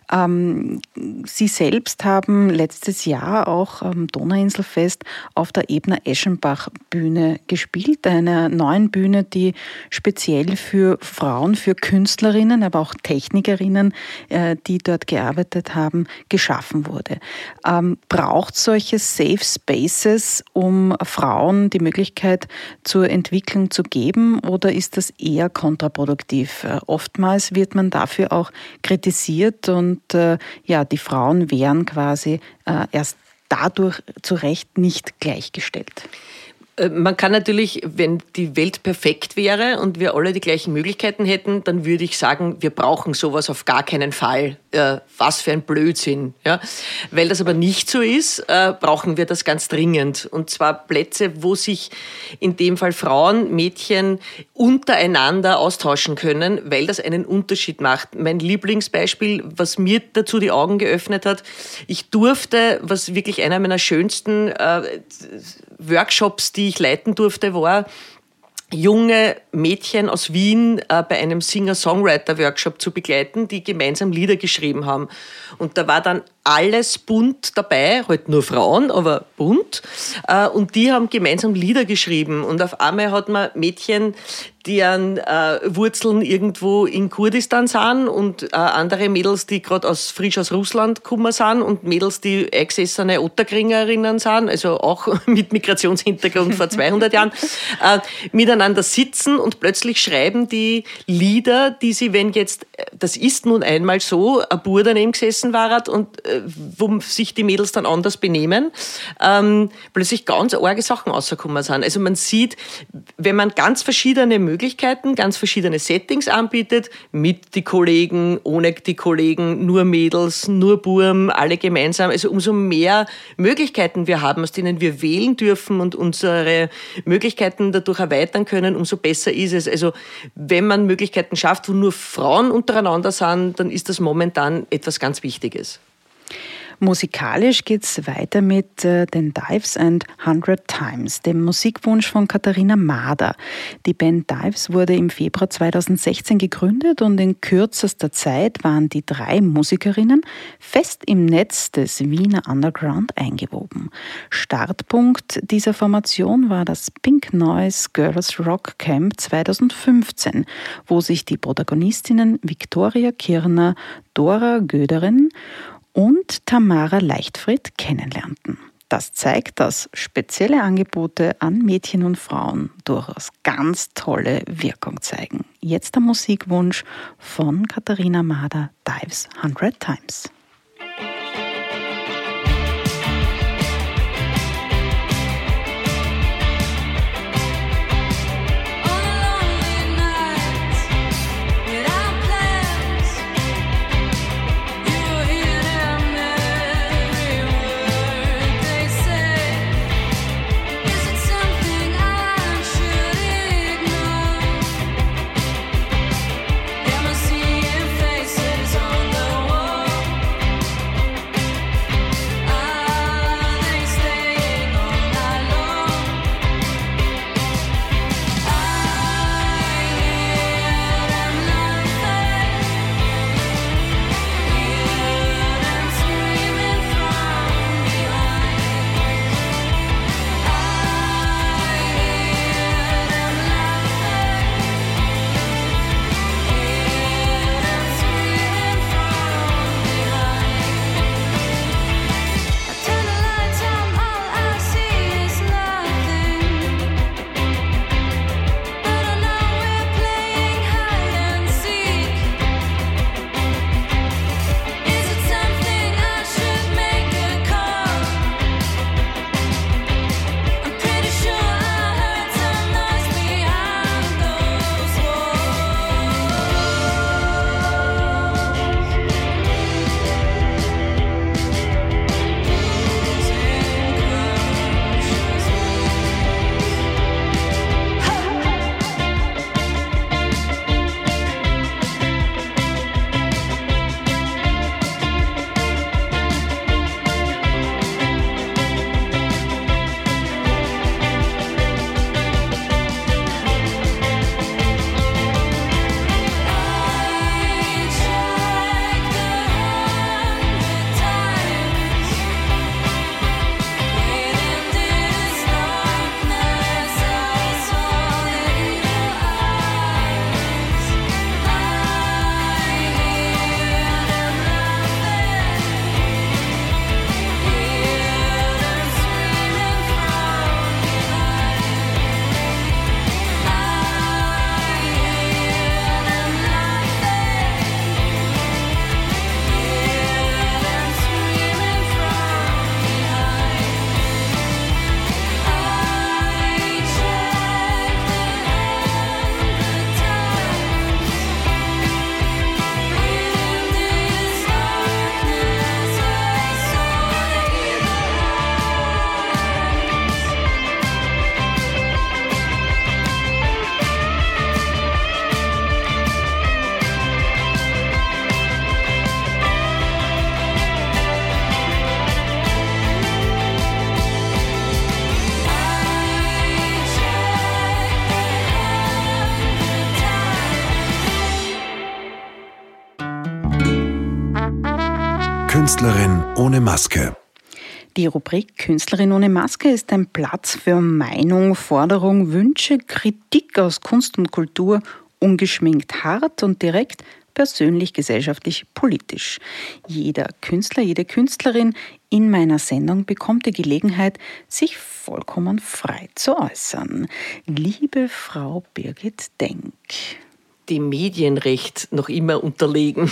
Sie selbst haben letztes Jahr auch am Donauinselfest auf der Ebner-Eschenbach-Bühne gespielt, einer neuen Bühne, die speziell für Frauen, für Künstlerinnen, aber auch Technikerinnen, die dort gearbeitet haben, geschaffen wurde. Ähm, braucht es solche Safe Spaces, um Frauen die Möglichkeit zur Entwicklung zu geben, oder ist das eher kontraproduktiv? Äh, oftmals wird man dafür auch kritisiert und äh, ja, die Frauen wären quasi äh, erst dadurch zu Recht nicht gleichgestellt. Man kann natürlich, wenn die Welt perfekt wäre und wir alle die gleichen Möglichkeiten hätten, dann würde ich sagen, wir brauchen sowas auf gar keinen Fall. Äh, was für ein Blödsinn. Ja? Weil das aber nicht so ist, äh, brauchen wir das ganz dringend. Und zwar Plätze, wo sich in dem Fall Frauen, Mädchen untereinander austauschen können, weil das einen Unterschied macht. Mein Lieblingsbeispiel, was mir dazu die Augen geöffnet hat, ich durfte, was wirklich einer meiner schönsten äh, Workshops, die ich leiten durfte, war, junge Mädchen aus Wien äh, bei einem Singer-Songwriter-Workshop zu begleiten, die gemeinsam Lieder geschrieben haben. Und da war dann alles bunt dabei, halt nur Frauen, aber bunt. Äh, und die haben gemeinsam Lieder geschrieben. Und auf einmal hat man Mädchen, deren äh, Wurzeln irgendwo in Kurdistan sind und äh, andere Mädels, die gerade aus, frisch aus Russland gekommen sind und Mädels, die eingesessene Otterkringerinnen sind, also auch mit Migrationshintergrund vor zweihundert Jahren, äh, miteinander sitzen und plötzlich schreiben die Lieder, die sie, wenn jetzt, das ist nun einmal so, ein Bur daneben gesessen war und äh, wo sich die Mädels dann anders benehmen, ähm, plötzlich ganz arge Sachen rausgekommen sind. Also man sieht, wenn man ganz verschiedene Möglichkeiten, ganz verschiedene Settings anbietet, mit die Kollegen, ohne die Kollegen, nur Mädels, nur Burm, alle gemeinsam. Also umso mehr Möglichkeiten wir haben, aus denen wir wählen dürfen und unsere Möglichkeiten dadurch erweitern können, umso besser ist es. Also wenn man Möglichkeiten schafft, wo nur Frauen untereinander sind, dann ist das momentan etwas ganz Wichtiges. Musikalisch geht's weiter mit äh, den Dives and Hundred Times, dem Musikwunsch von Katharina Mader. Die Band Dives wurde im Februar zweitausendsechzehn gegründet und in kürzester Zeit waren die drei Musikerinnen fest im Netz des Wiener Underground eingewoben. Startpunkt dieser Formation war das Pink Noise Girls Rock Camp zweitausendfünfzehn, wo sich die Protagonistinnen Viktoria Kirner, Dora Göderin und Tamara Leichtfried kennenlernten. Das zeigt, dass spezielle Angebote an Mädchen und Frauen durchaus ganz tolle Wirkung zeigen. Jetzt der Musikwunsch von Katharina Mader, Dives Hundred Times. Faces on the wall. Künstlerin ohne Maske. Die Rubrik Künstlerin ohne Maske ist ein Platz für Meinung, Forderung, Wünsche, Kritik aus Kunst und Kultur, ungeschminkt, hart und direkt, persönlich, gesellschaftlich, politisch. Jeder Künstler, jede Künstlerin in meiner Sendung bekommt die Gelegenheit, sich vollkommen frei zu äußern. Liebe Frau Birgit Denk. Dem Medienrecht noch immer unterlegen.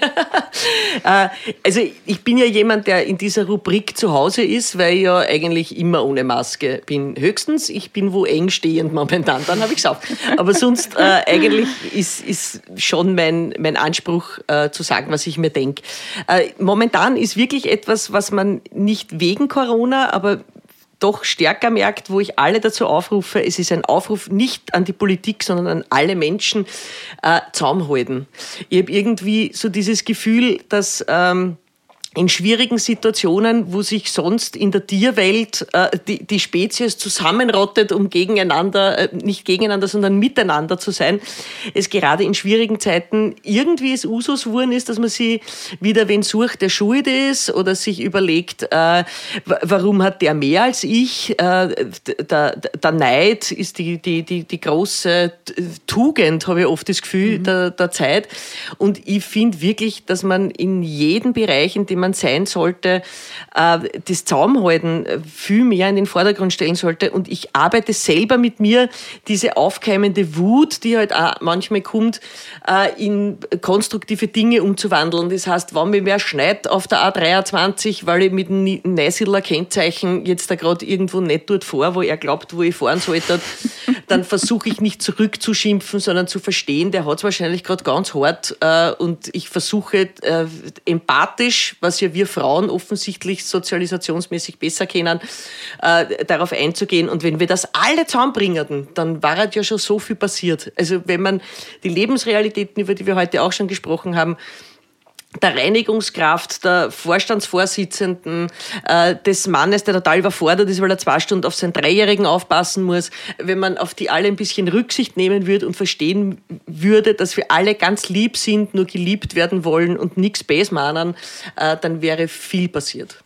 Also ich bin ja jemand, der in dieser Rubrik zu Hause ist, weil ich ja eigentlich immer ohne Maske bin. Höchstens, ich bin wo eng stehend momentan, dann habe ich es auf. Aber sonst äh, eigentlich ist, ist schon mein, mein Anspruch, äh, zu sagen, was ich mir denke. Äh, momentan ist wirklich etwas, was man nicht wegen Corona, aber doch stärker merkt, wo ich alle dazu aufrufe, es ist ein Aufruf nicht an die Politik, sondern an alle Menschen, äh, zusammenhalten. Ich habe irgendwie so dieses Gefühl, dass ähm, in schwierigen Situationen, wo sich sonst in der Tierwelt äh, die, die Spezies zusammenrottet, um gegeneinander, äh, nicht gegeneinander, sondern miteinander zu sein, es gerade in schwierigen Zeiten irgendwie es Usus geworden ist, dass man sich wieder wen sucht, der schuld ist oder sich überlegt, äh, warum hat der mehr als ich? Äh, der, der Neid ist die, die, die, die große Tugend, habe ich oft das Gefühl, mhm. der, der Zeit. Und ich finde wirklich, dass man in jedem Bereich, in dem man sein sollte, das Zusammenhalten viel mehr in den Vordergrund stellen sollte. Und ich arbeite selber mit mir, diese aufkeimende Wut, die halt auch manchmal kommt, in konstruktive Dinge umzuwandeln. Das heißt, wenn mir wer schneit auf der A dreiundzwanzig, weil ich mit dem Neusiedler Kennzeichen jetzt da gerade irgendwo nicht dort vor, wo er glaubt, wo ich fahren sollte, dann versuche ich nicht zurückzuschimpfen, sondern zu verstehen, der hat es wahrscheinlich gerade ganz hart, und ich versuche empathisch, was ja wir Frauen offensichtlich sozialisationsmäßig besser kennen, äh, darauf einzugehen. Und wenn wir das alle zusammenbringen, dann war halt ja schon so viel passiert. Also wenn man die Lebensrealitäten, über die wir heute auch schon gesprochen haben, der Reinigungskraft, der Vorstandsvorsitzenden, äh, des Mannes, der total überfordert ist, weil er zwei Stunden auf seinen Dreijährigen aufpassen muss, wenn man auf die alle ein bisschen Rücksicht nehmen würde und verstehen würde, dass wir alle ganz lieb sind, nur geliebt werden wollen und nichts Böses meinen, äh, dann wäre viel passiert.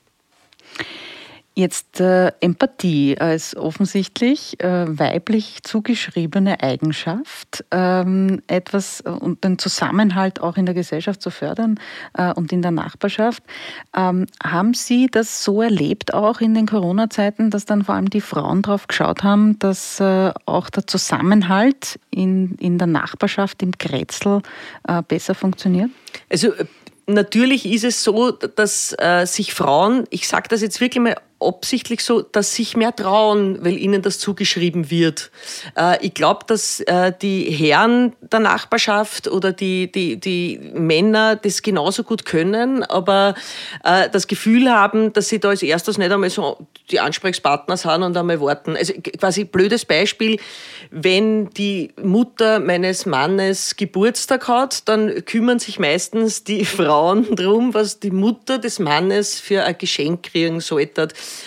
Jetzt äh, Empathie als offensichtlich äh, weiblich zugeschriebene Eigenschaft, ähm, etwas und den Zusammenhalt auch in der Gesellschaft zu fördern äh, und in der Nachbarschaft. Ähm, haben Sie das so erlebt auch in den Corona-Zeiten, dass dann vor allem die Frauen drauf geschaut haben, dass äh, auch der Zusammenhalt in, in der Nachbarschaft, im Grätzl äh, besser funktioniert? Also natürlich ist es so, dass äh, sich Frauen, ich sage das jetzt wirklich mal absichtlich so, dass sich mehr trauen, weil ihnen das zugeschrieben wird. Äh, ich glaube, dass äh, die Herren der Nachbarschaft oder die, die, die Männer das genauso gut können, aber äh, das Gefühl haben, dass sie da als erstes nicht einmal so die Ansprechpartner sind und einmal warten. Also quasi blödes Beispiel, wenn die Mutter meines Mannes Geburtstag hat, dann kümmern sich meistens die Frauen drum, was die Mutter des Mannes für ein Geschenk kriegen sollte.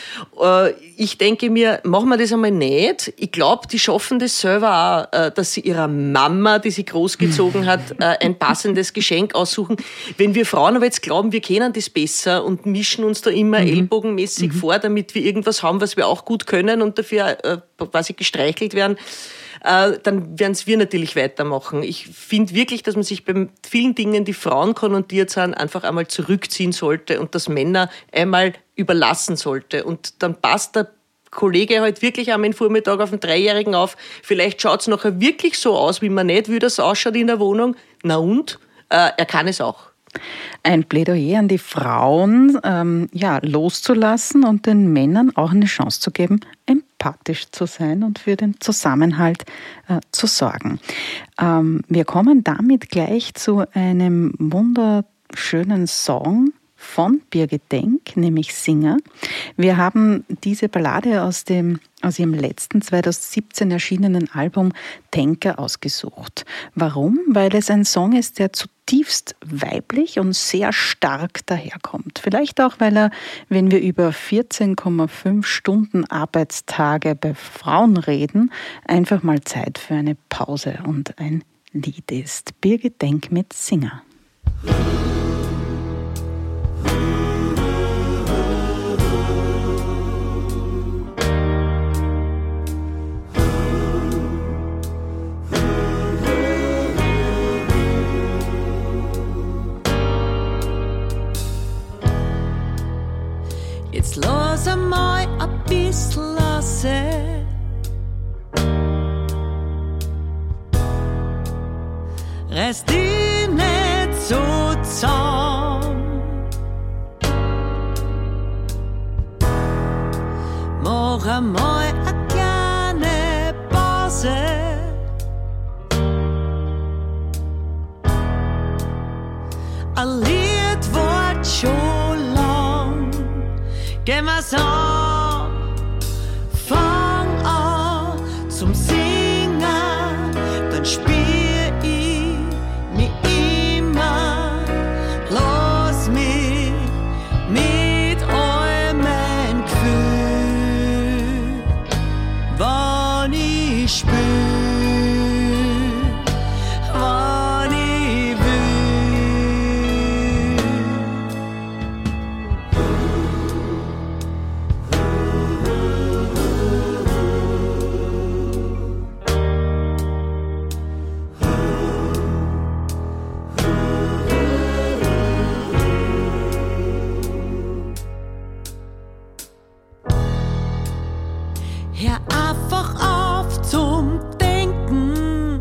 Ich denke mir, machen wir das einmal nicht. Ich glaube, die schaffen das selber auch, dass sie ihrer Mama, die sie großgezogen hat, ein passendes Geschenk aussuchen. Wenn wir Frauen aber jetzt glauben, wir kennen das besser und mischen uns da immer mhm. ellbogenmäßig mhm. vor, damit wir irgendwas haben, was wir auch gut können und dafür äh, quasi gestreichelt werden, äh, dann werden es wir natürlich weitermachen. Ich finde wirklich, dass man sich bei vielen Dingen, die Frauen konnotiert sind, einfach einmal zurückziehen sollte und das Männer einmal überlassen sollte. Und dann passt der Kollege halt wirklich am Vormittag auf den Dreijährigen auf. Vielleicht schaut es nachher wirklich so aus, wie man nicht will, dass es ausschaut in der Wohnung. Na und? Äh, er kann es auch. Ein Plädoyer an die Frauen, ähm, ja, loszulassen und den Männern auch eine Chance zu geben, empathisch zu sein und für den Zusammenhalt äh, zu sorgen. Ähm, wir kommen damit gleich zu einem wunderschönen Song von Birgit Denk, nämlich Singer. Wir haben diese Ballade aus dem aus ihrem letzten zweitausendsiebzehn erschienenen Album Denker ausgesucht. Warum? Weil es ein Song ist, der zutiefst weiblich und sehr stark daherkommt. Vielleicht auch, weil er, wenn wir über vierzehn Komma fünf Stunden Arbeitstage bei Frauen reden, einfach mal Zeit für eine Pause und ein Lied ist. Birgit Denk mit Singer. Ooh. reiß dich nicht so zahm. Mach einmal a kleine Pause. Ein Lied wird schon lang, gehen wir's an, fang an zum Singen, dann spiel ich mich immer, lass mich mit all mein Gefühl, wann ich spür, wann ich will. Hör einfach auf zum Denken,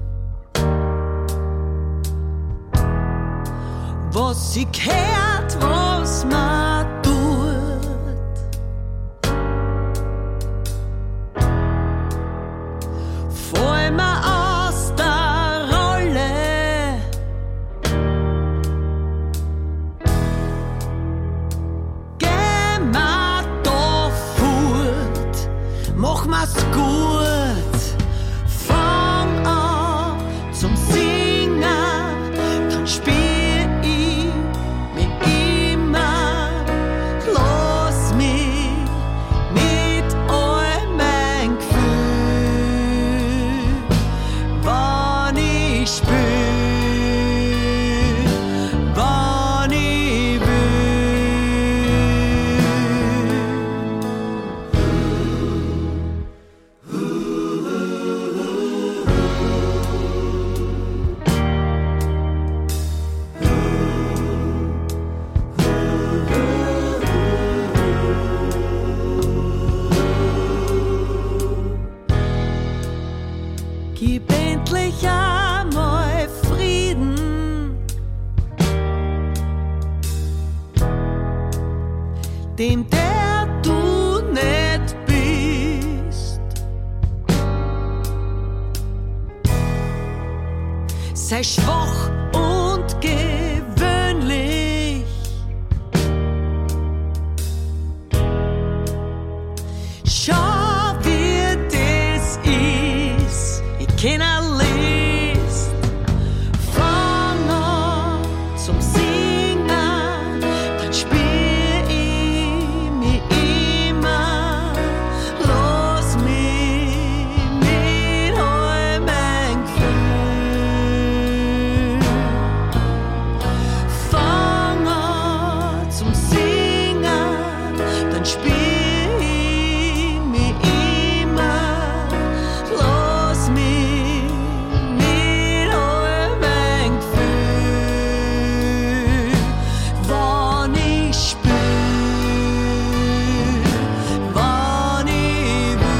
was sie kehrt, was man tut. Fall mir aus der Rolle, geh mir da fort, mach mir's gut, fang an zum Singen, dann spiel ich mich immer, lass mich mit all mein Gefühl, wann ich spür, wann ich will. Gib endlich einmal Frieden, dem der du nicht bist. Sei schwach und gewöhnlich, schau wie das ist. Ich kenn a List, fang an zum Singen, dann spiel ich mich immer, lass mich mit all mein Gefühl, fang an zum Singen, dann spiel ich mich immer, lass mich mit all mein Gefühl, wann ich spür, wann ich will.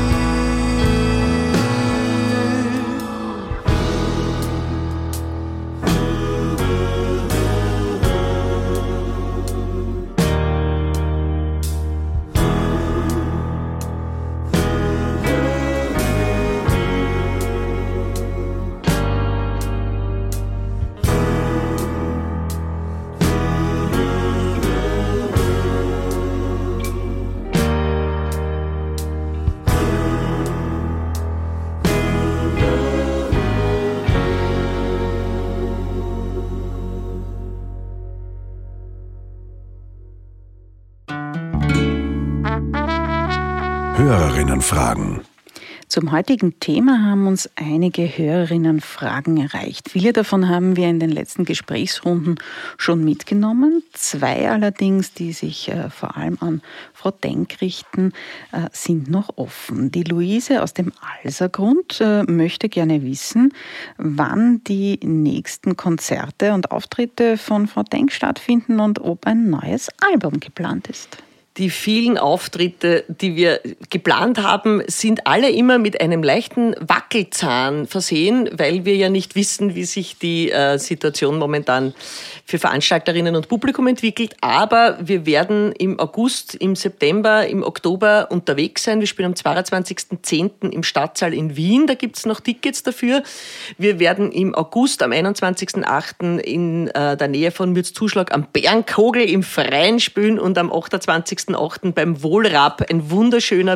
Hörerinnenfragen. Zum heutigen Thema haben uns einige Hörerinnen Fragen erreicht. Viele davon haben wir in den letzten Gesprächsrunden schon mitgenommen. Zwei allerdings, die sich äh, vor allem an Frau Denk richten, äh, sind noch offen. Die Luise aus dem Alsergrund äh, möchte gerne wissen, wann die nächsten Konzerte und Auftritte von Frau Denk stattfinden und ob ein neues Album geplant ist. die vielen Auftritte, die wir geplant haben, sind alle immer mit einem leichten Wackelzahn versehen, weil wir ja nicht wissen, wie sich die äh, Situation momentan für Veranstalterinnen und Publikum entwickelt. Aber wir werden im August, im September, im Oktober unterwegs sein. Wir spielen am zweiundzwanzigsten zehnten im Stadtsaal in Wien. Da gibt es noch Tickets dafür. Wir werden im August, am einundzwanzigsten achten in äh, der Nähe von Mürzzuschlag am Bärenkogel im Freien spielen und am achtundzwanzigsten achten beim Wohlrab, ein wunderschöner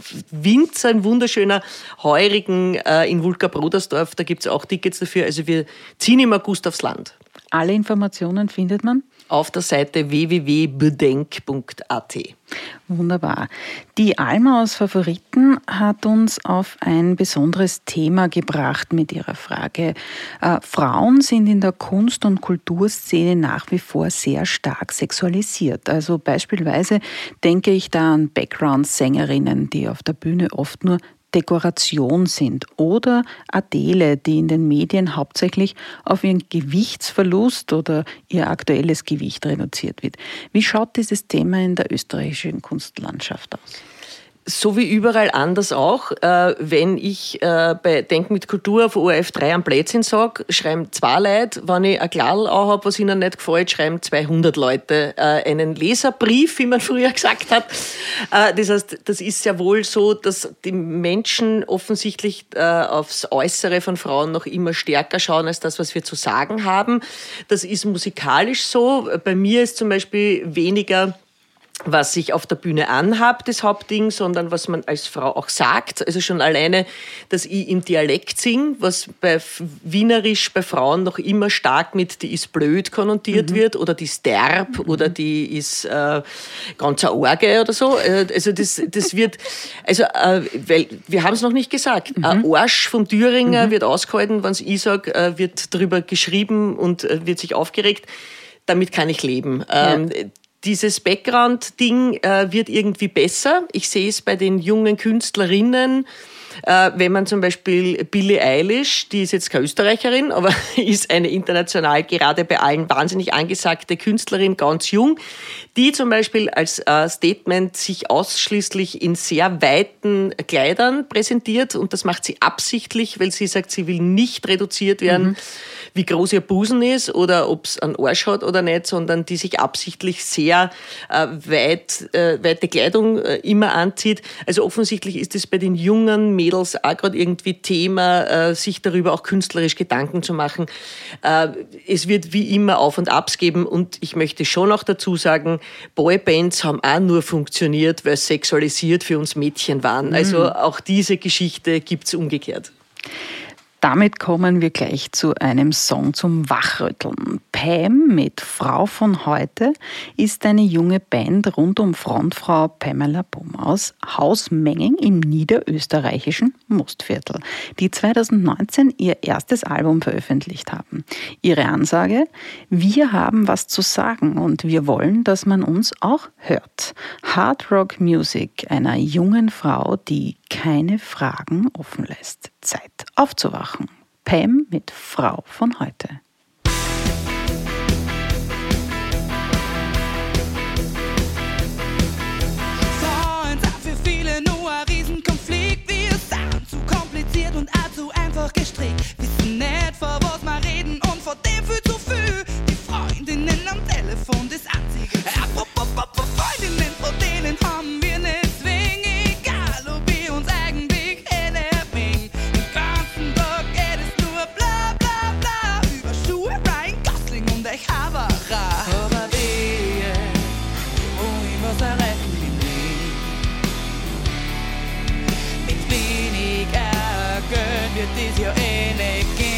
Winzer, ein wunderschöner Heurigen äh, in Wulka-Brodersdorf. Da gibt es auch Tickets dafür. Also wir ziehen im August aufs Land. Alle Informationen findet man auf der Seite w w w punkt bedenk punkt a t. Wunderbar. Die Alma aus Favoriten hat uns auf ein besonderes Thema gebracht mit ihrer Frage. Äh, Frauen sind in der Kunst- und Kulturszene nach wie vor sehr stark sexualisiert. Also beispielsweise denke ich da an Background-Sängerinnen, die auf der Bühne oft nur Dekoration sind, oder Adele, die in den Medien hauptsächlich auf ihren Gewichtsverlust oder ihr aktuelles Gewicht reduziert wird. Wie schaut dieses Thema in der österreichischen Kunstlandschaft aus? So wie überall anders auch. Äh, wenn ich äh, bei Denk mit Kultur auf O R F drei am Blödsinn sage, schreiben zwei Leute. Wenn ich ein Gladl auch habe, was ihnen nicht gefällt, schreiben zweihundert Leute äh, einen Leserbrief, wie man früher gesagt hat. Äh, das heißt, das ist ja wohl so, dass die Menschen offensichtlich äh, aufs Äußere von Frauen noch immer stärker schauen als das, was wir zu sagen haben. Das ist musikalisch so. Bei mir ist zum Beispiel weniger, was ich auf der Bühne anhab, das Hauptding, sondern was man als Frau auch sagt. Also schon alleine, dass ich im Dialekt singe, was bei Wienerisch bei Frauen noch immer stark mit die ist blöd konnotiert mhm. wird oder die ist derb mhm. oder die ist äh, ganz eine Orge oder so. Also das, das wird, also äh, weil wir haben es noch nicht gesagt, mhm. ein Arsch vom Thüringer mhm. wird ausgehalten, wenn es ich sage, äh, wird darüber geschrieben und äh, wird sich aufgeregt. Damit kann ich leben. Ja. Ähm, Dieses Background-Ding äh, wird irgendwie besser. Ich sehe es bei den jungen Künstlerinnen, äh, wenn man zum Beispiel Billie Eilish, die ist jetzt keine Österreicherin, aber ist eine international gerade bei allen wahnsinnig angesagte Künstlerin, ganz jung, die zum Beispiel als äh, Statement sich ausschließlich in sehr weiten Kleidern präsentiert, und das macht sie absichtlich, weil sie sagt, sie will nicht reduziert werden, mhm. wie groß ihr Busen ist oder ob es einen Arsch hat oder nicht, sondern die sich absichtlich sehr äh, weit, äh, weite Kleidung äh, immer anzieht. Also offensichtlich ist es bei den jungen Mädels auch gerade irgendwie Thema, äh, sich darüber auch künstlerisch Gedanken zu machen. Äh, es wird wie immer Auf- und Abs geben, und ich möchte schon auch dazu sagen, Boybands haben auch nur funktioniert, weil es sexualisiert für uns Mädchen waren. Mhm. Also auch diese Geschichte gibt's umgekehrt. Damit kommen wir gleich zu einem Song zum Wachrütteln. Pam mit Frau von heute ist eine junge Band rund um Frontfrau Pamela Bum aus Hausmengen im niederösterreichischen Mostviertel, die zweitausendneunzehn ihr erstes Album veröffentlicht haben. Ihre Ansage: Wir haben was zu sagen und wir wollen, dass man uns auch hört. Hard Rock Music einer jungen Frau, die keine Fragen offen lässt. Zeit aufzuwachen. Pam mit Frau von heute. Frauen sind für viele nur ein Riesenkonflikt. Wir sind zu kompliziert und auch zu einfach gestrickt. Wissen nicht, vor was wir reden und vor dem viel zu viel. Die Freundinnen am Telefon, das Einzige. Apropos Freundinnen, vor denen haben wir nicht zwingen. Egal, ob wir uns eigentlich hinbringen. Den ganzen Tag geht es nur bla bla bla. Über Schuhe, Ryan Gosling und ich habe aber wehe, wo ich was erreichen will. Mit weniger Geld wird dies Jahr eh nicht gehen.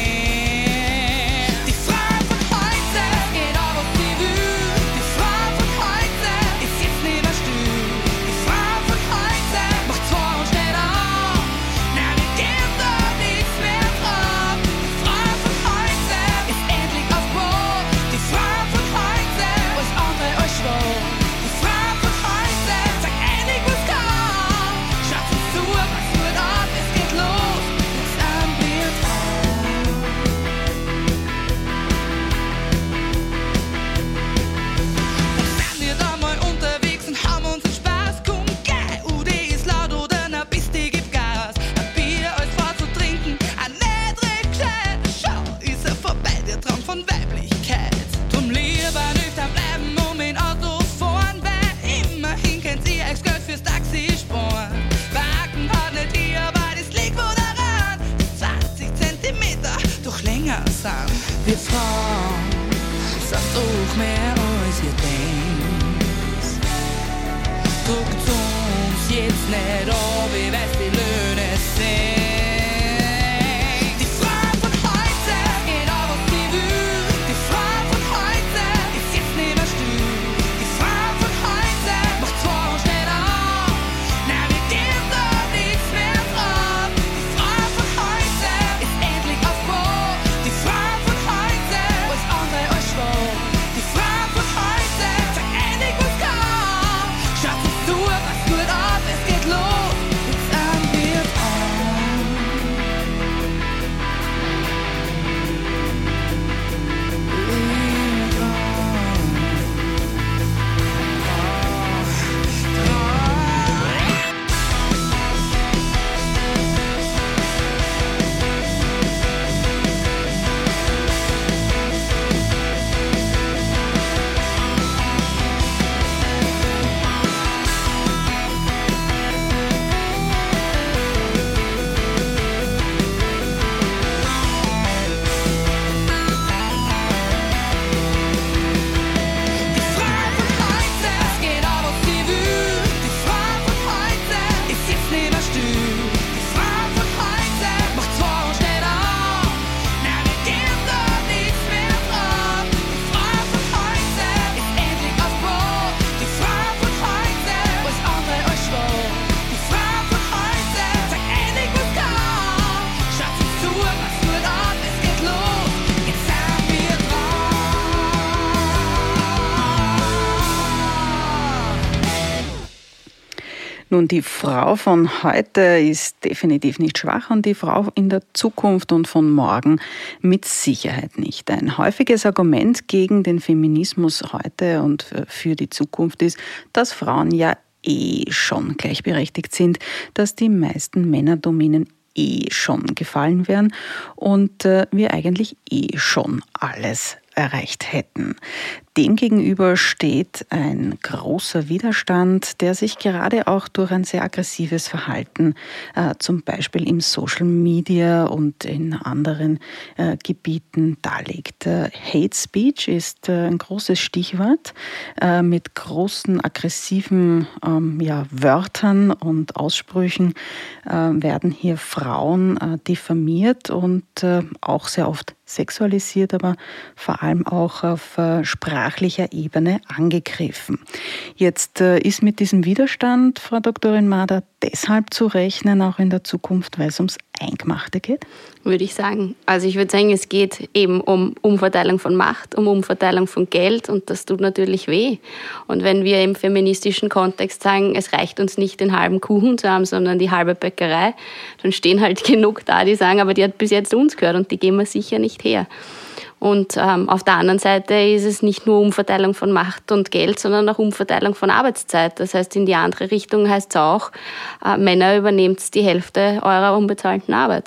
Die Frau von heute geht auch, was sie will. Die Frau von heute ist jetzt nicht mehr still. Die Frau von heute macht zwei und steht auf. Nein, wir geben da nichts mehr drauf. Die Frau von heute ist endlich auf Brot. Die Frau von heute ist andere als schwach. Die Frau von heute sagt endlich, was kann. Schaut uns zu, was wird ab, es geht los. Jetzt am Bild an. geht's nicht an, wie weiß die Löhne sind. Die Frau von heute, genau was sie will. Die Frau von heute ist jetzt nicht mehr still. Die Frau von heute macht zwar und steht auf, nein, wir geben da nichts mehr drauf. Die Frau von heute ist endlich auf Brot. Die Frau von heute ist andere als schwach. Die Frau von heute sagt endlich was kann. Schaut uns zu, was gut auf, es geht los. Jetzt sind wir dran. Die Frau von heute weiß genau, was sie will. Die Frau von heute ist jetzt nicht mehr still. Die Frau von heute macht zwar und steht auf, nein, wir geben da nichts mehr drauf. Die Frau von heute ist endlich auf Brot. Die Frau von heute ist andere als schwach. Die Frau von heute sagt endlich was kann. Schaut uns zu, was gut auf, es geht los. Jetzt sind wir dran. Nun, die Frau von heute ist definitiv nicht schwach und die Frau in der Zukunft und von morgen mit Sicherheit nicht. Ein häufiges Argument gegen den Feminismus heute und für die Zukunft ist, dass Frauen ja eh schon gleichberechtigt sind, dass die meisten Männerdomänen eh schon gefallen wären und äh, wir eigentlich eh schon alles erreicht hätten. Demgegenüber steht ein großer Widerstand, der sich gerade auch durch ein sehr aggressives Verhalten, äh, zum Beispiel im Social Media und in anderen äh, Gebieten darlegt. Äh, Hate Speech ist äh, ein großes Stichwort. Äh, mit großen aggressiven ähm, ja, Wörtern und Aussprüchen äh, werden hier Frauen äh, diffamiert und äh, auch sehr oft sexualisiert, aber vor allem auch auf äh, sprachlicher Ebene angegriffen. Jetzt äh, ist mit diesem Widerstand, Frau Doktorin Mader, deshalb zu rechnen, auch in der Zukunft, weil es ums Eingemachte geht? Würde ich sagen. Also ich würde sagen, es geht eben um Umverteilung von Macht, um Umverteilung von Geld und das tut natürlich weh. Und wenn wir im feministischen Kontext sagen, es reicht uns nicht, den halben Kuchen zu haben, sondern die halbe Bäckerei, dann stehen halt genug da, die sagen, aber die hat bis jetzt uns gehört und die geben wir sicher nicht her. Und ähm, auf der anderen Seite ist es nicht nur Umverteilung von Macht und Geld, sondern auch Umverteilung von Arbeitszeit. Das heißt, in die andere Richtung heißt es auch, äh, Männer übernehmt die Hälfte eurer unbezahlten Arbeit.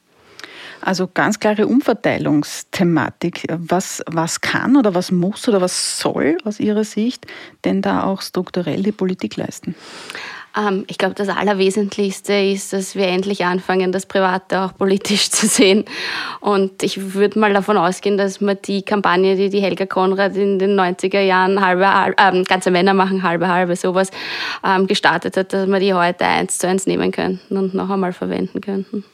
Also ganz klare Umverteilungsthematik. Was, was kann oder was muss oder was soll aus Ihrer Sicht denn da auch strukturell die Politik leisten? Ich glaube, das Allerwesentlichste ist, dass wir endlich anfangen, das Private auch politisch zu sehen. Und ich würde mal davon ausgehen, dass man die Kampagne, die die Helga Konrad in den neunziger Jahren halbe, äh, ganze Männer machen halbe halbe sowas ähm, gestartet hat, dass wir die heute eins zu eins nehmen könnten und noch einmal verwenden könnten.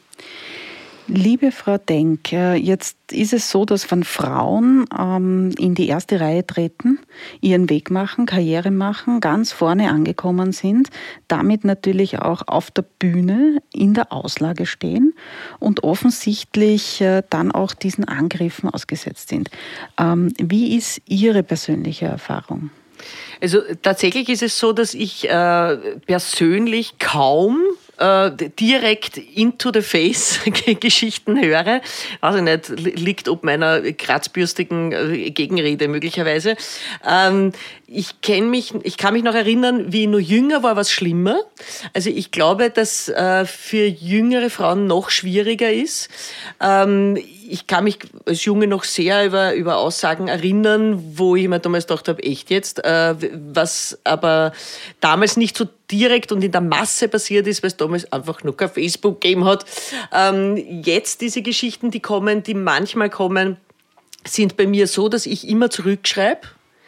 Liebe Frau Denk, jetzt ist es so, dass wenn Frauen ähm, in die erste Reihe treten, ihren Weg machen, Karriere machen, ganz vorne angekommen sind, damit natürlich auch auf der Bühne in der Auslage stehen und offensichtlich äh, dann auch diesen Angriffen ausgesetzt sind. Ähm, wie ist Ihre persönliche Erfahrung? Also tatsächlich ist es so, dass ich äh, persönlich kaum äh, direkt into the face Geschichten höre. Also nicht, liegt ob meiner kratzbürstigen äh, Gegenrede möglicherweise. Ähm, ich kenne mich, ich kann mich noch erinnern, wie ich noch jünger war, war es schlimmer. Also ich glaube, dass äh, für jüngere Frauen noch schwieriger ist. Ähm, Ich kann mich als Junge noch sehr über, über Aussagen erinnern, wo ich mir damals gedacht habe, echt jetzt, äh, was aber damals nicht so direkt und in der Masse passiert ist, weil es damals einfach noch kein Facebook gegeben hat. Ähm, jetzt diese Geschichten, die kommen, die manchmal kommen, sind bei mir so, dass ich immer zurückschreibe.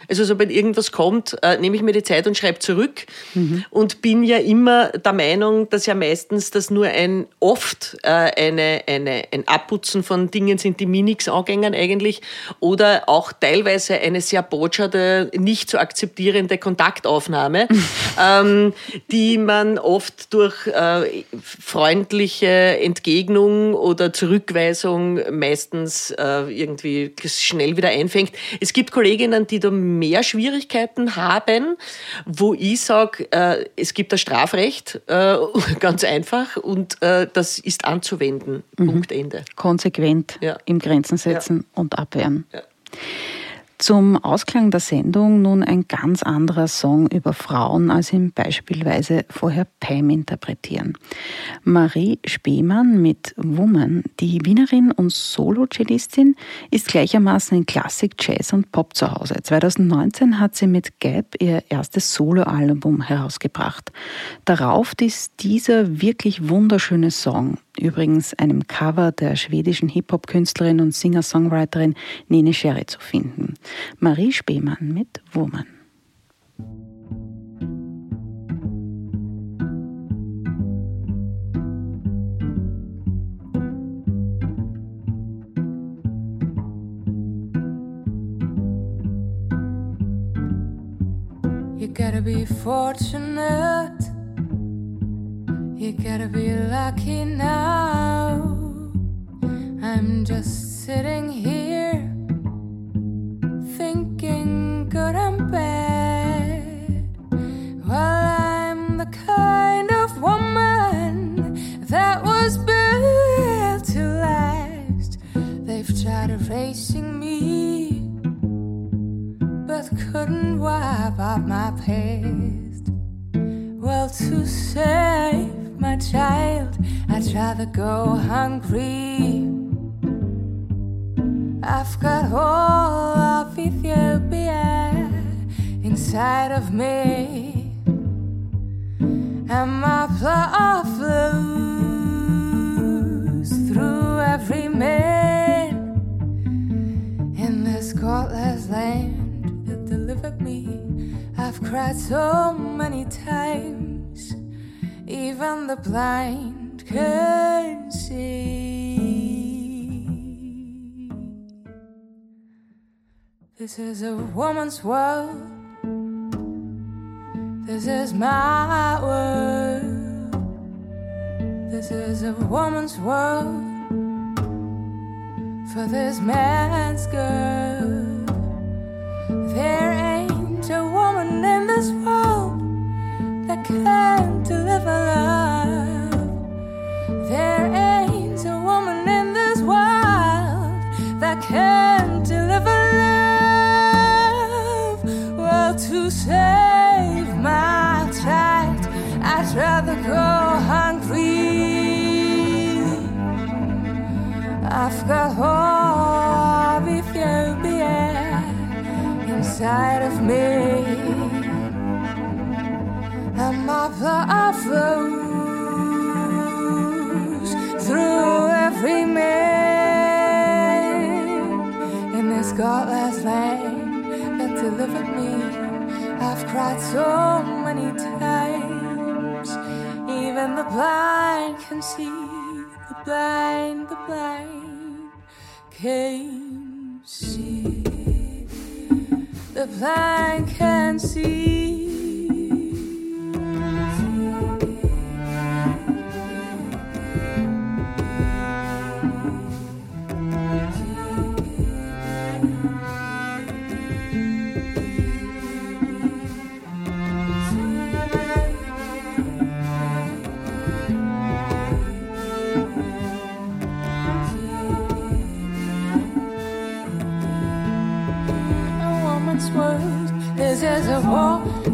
Also sobald irgendwas kommt, äh, nehme ich mir die Zeit und schreibe zurück mhm. und bin ja immer der Meinung, dass ja meistens das nur ein oft äh, eine, eine, ein Abputzen von Dingen sind, die mir nichts angängen eigentlich oder auch teilweise eine sehr botscherte, nicht zu akzeptierende Kontaktaufnahme, ähm, die man oft durch äh, freundliche Entgegnung oder Zurückweisung meistens äh, irgendwie schnell wieder einfängt. Es gibt Kolleginnen, die da mehr Schwierigkeiten haben, wo ich sage, äh, es gibt das Strafrecht, äh, ganz einfach, und äh, das ist anzuwenden. Mhm. Punkt, Ende. Konsequent ja. im Grenzen setzen ja. und abwehren. Ja. Zum Ausklang der Sendung nun ein ganz anderer Song über Frauen, als ihn beispielsweise vorher Pam interpretieren. Marie Spemann mit Woman, die Wienerin und Solo-Cellistin, ist gleichermaßen in Klassik, Jazz und Pop zu Hause. zwanzig neunzehn hat sie mit Gap ihr erstes Soloalbum herausgebracht. Darauf ist dieser wirklich wunderschöne Song, übrigens einem Cover der schwedischen Hip-Hop-Künstlerin und Singer-Songwriterin Nene Cherry zu finden. Marie Spemann mit Woman. You gotta be fortunate. You gotta be lucky now. I'm just sitting here thinking good and bad. Well, I'm the kind of woman that was built to last. They've tried erasing me, but couldn't wipe out my past. Well, to save my child, I'd rather go hungry. I've got all of Ethiopia inside of me, and my blood flows through every man in this godless land that delivered me. I've cried so many times, even the blind can see. This is a woman's world. This is my world. This is a woman's world for this man's girl. There ain't a woman in this world that can deliver love. There ain't a woman in this world that can deliver love. Well, to save my child, I'd rather go hungry. I've got all of Ethiopia inside of me, and my blood flows through every man in this godless land that delivered me. I've cried so many times, even the blind can see. The blind, the blind can see. The blind can see. World. This is a war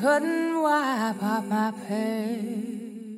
couldn't wipe out my past.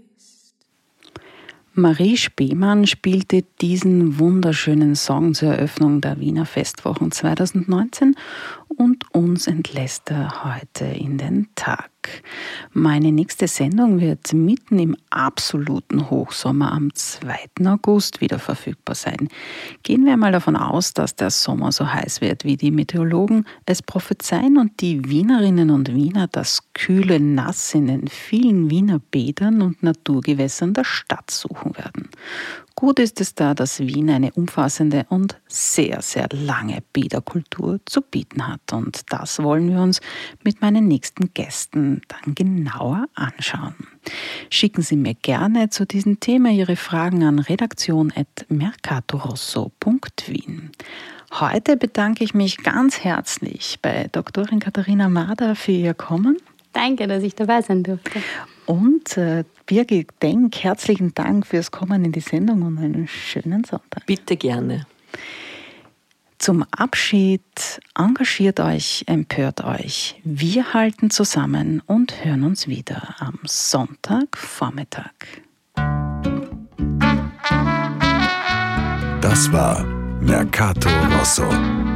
Marie Spemann spielte diesen wunderschönen Song zur Eröffnung der Wiener Festwochen zwanzig neunzehn und uns entlässt er heute in den Tag. Meine nächste Sendung wird mitten im absoluten Hochsommer am zweiten August wieder verfügbar sein. Gehen wir mal davon aus, dass der Sommer so heiß wird, wie die Meteorologen es prophezeien und die Wienerinnen und Wiener das kühle Nass in den vielen Wiener Bädern und Naturgewässern der Stadt suchen werden. Gut ist es da, dass Wien eine umfassende und sehr, sehr lange Bäderkultur zu bieten hat. Und das wollen wir uns mit meinen nächsten Gästen dann genauer anschauen. Schicken Sie mir gerne zu diesem Thema Ihre Fragen an redaktion at mercatorosso punkt wien. Heute bedanke ich mich ganz herzlich bei Doktorin Katharina Mader für Ihr Kommen. Danke, dass ich dabei sein durfte. Und äh, Birgit Denk, herzlichen Dank fürs Kommen in die Sendung und einen schönen Sonntag. Bitte gerne. Zum Abschied, engagiert euch, empört euch. Wir halten zusammen und hören uns wieder am Sonntagvormittag. Das war Mercato Rosso.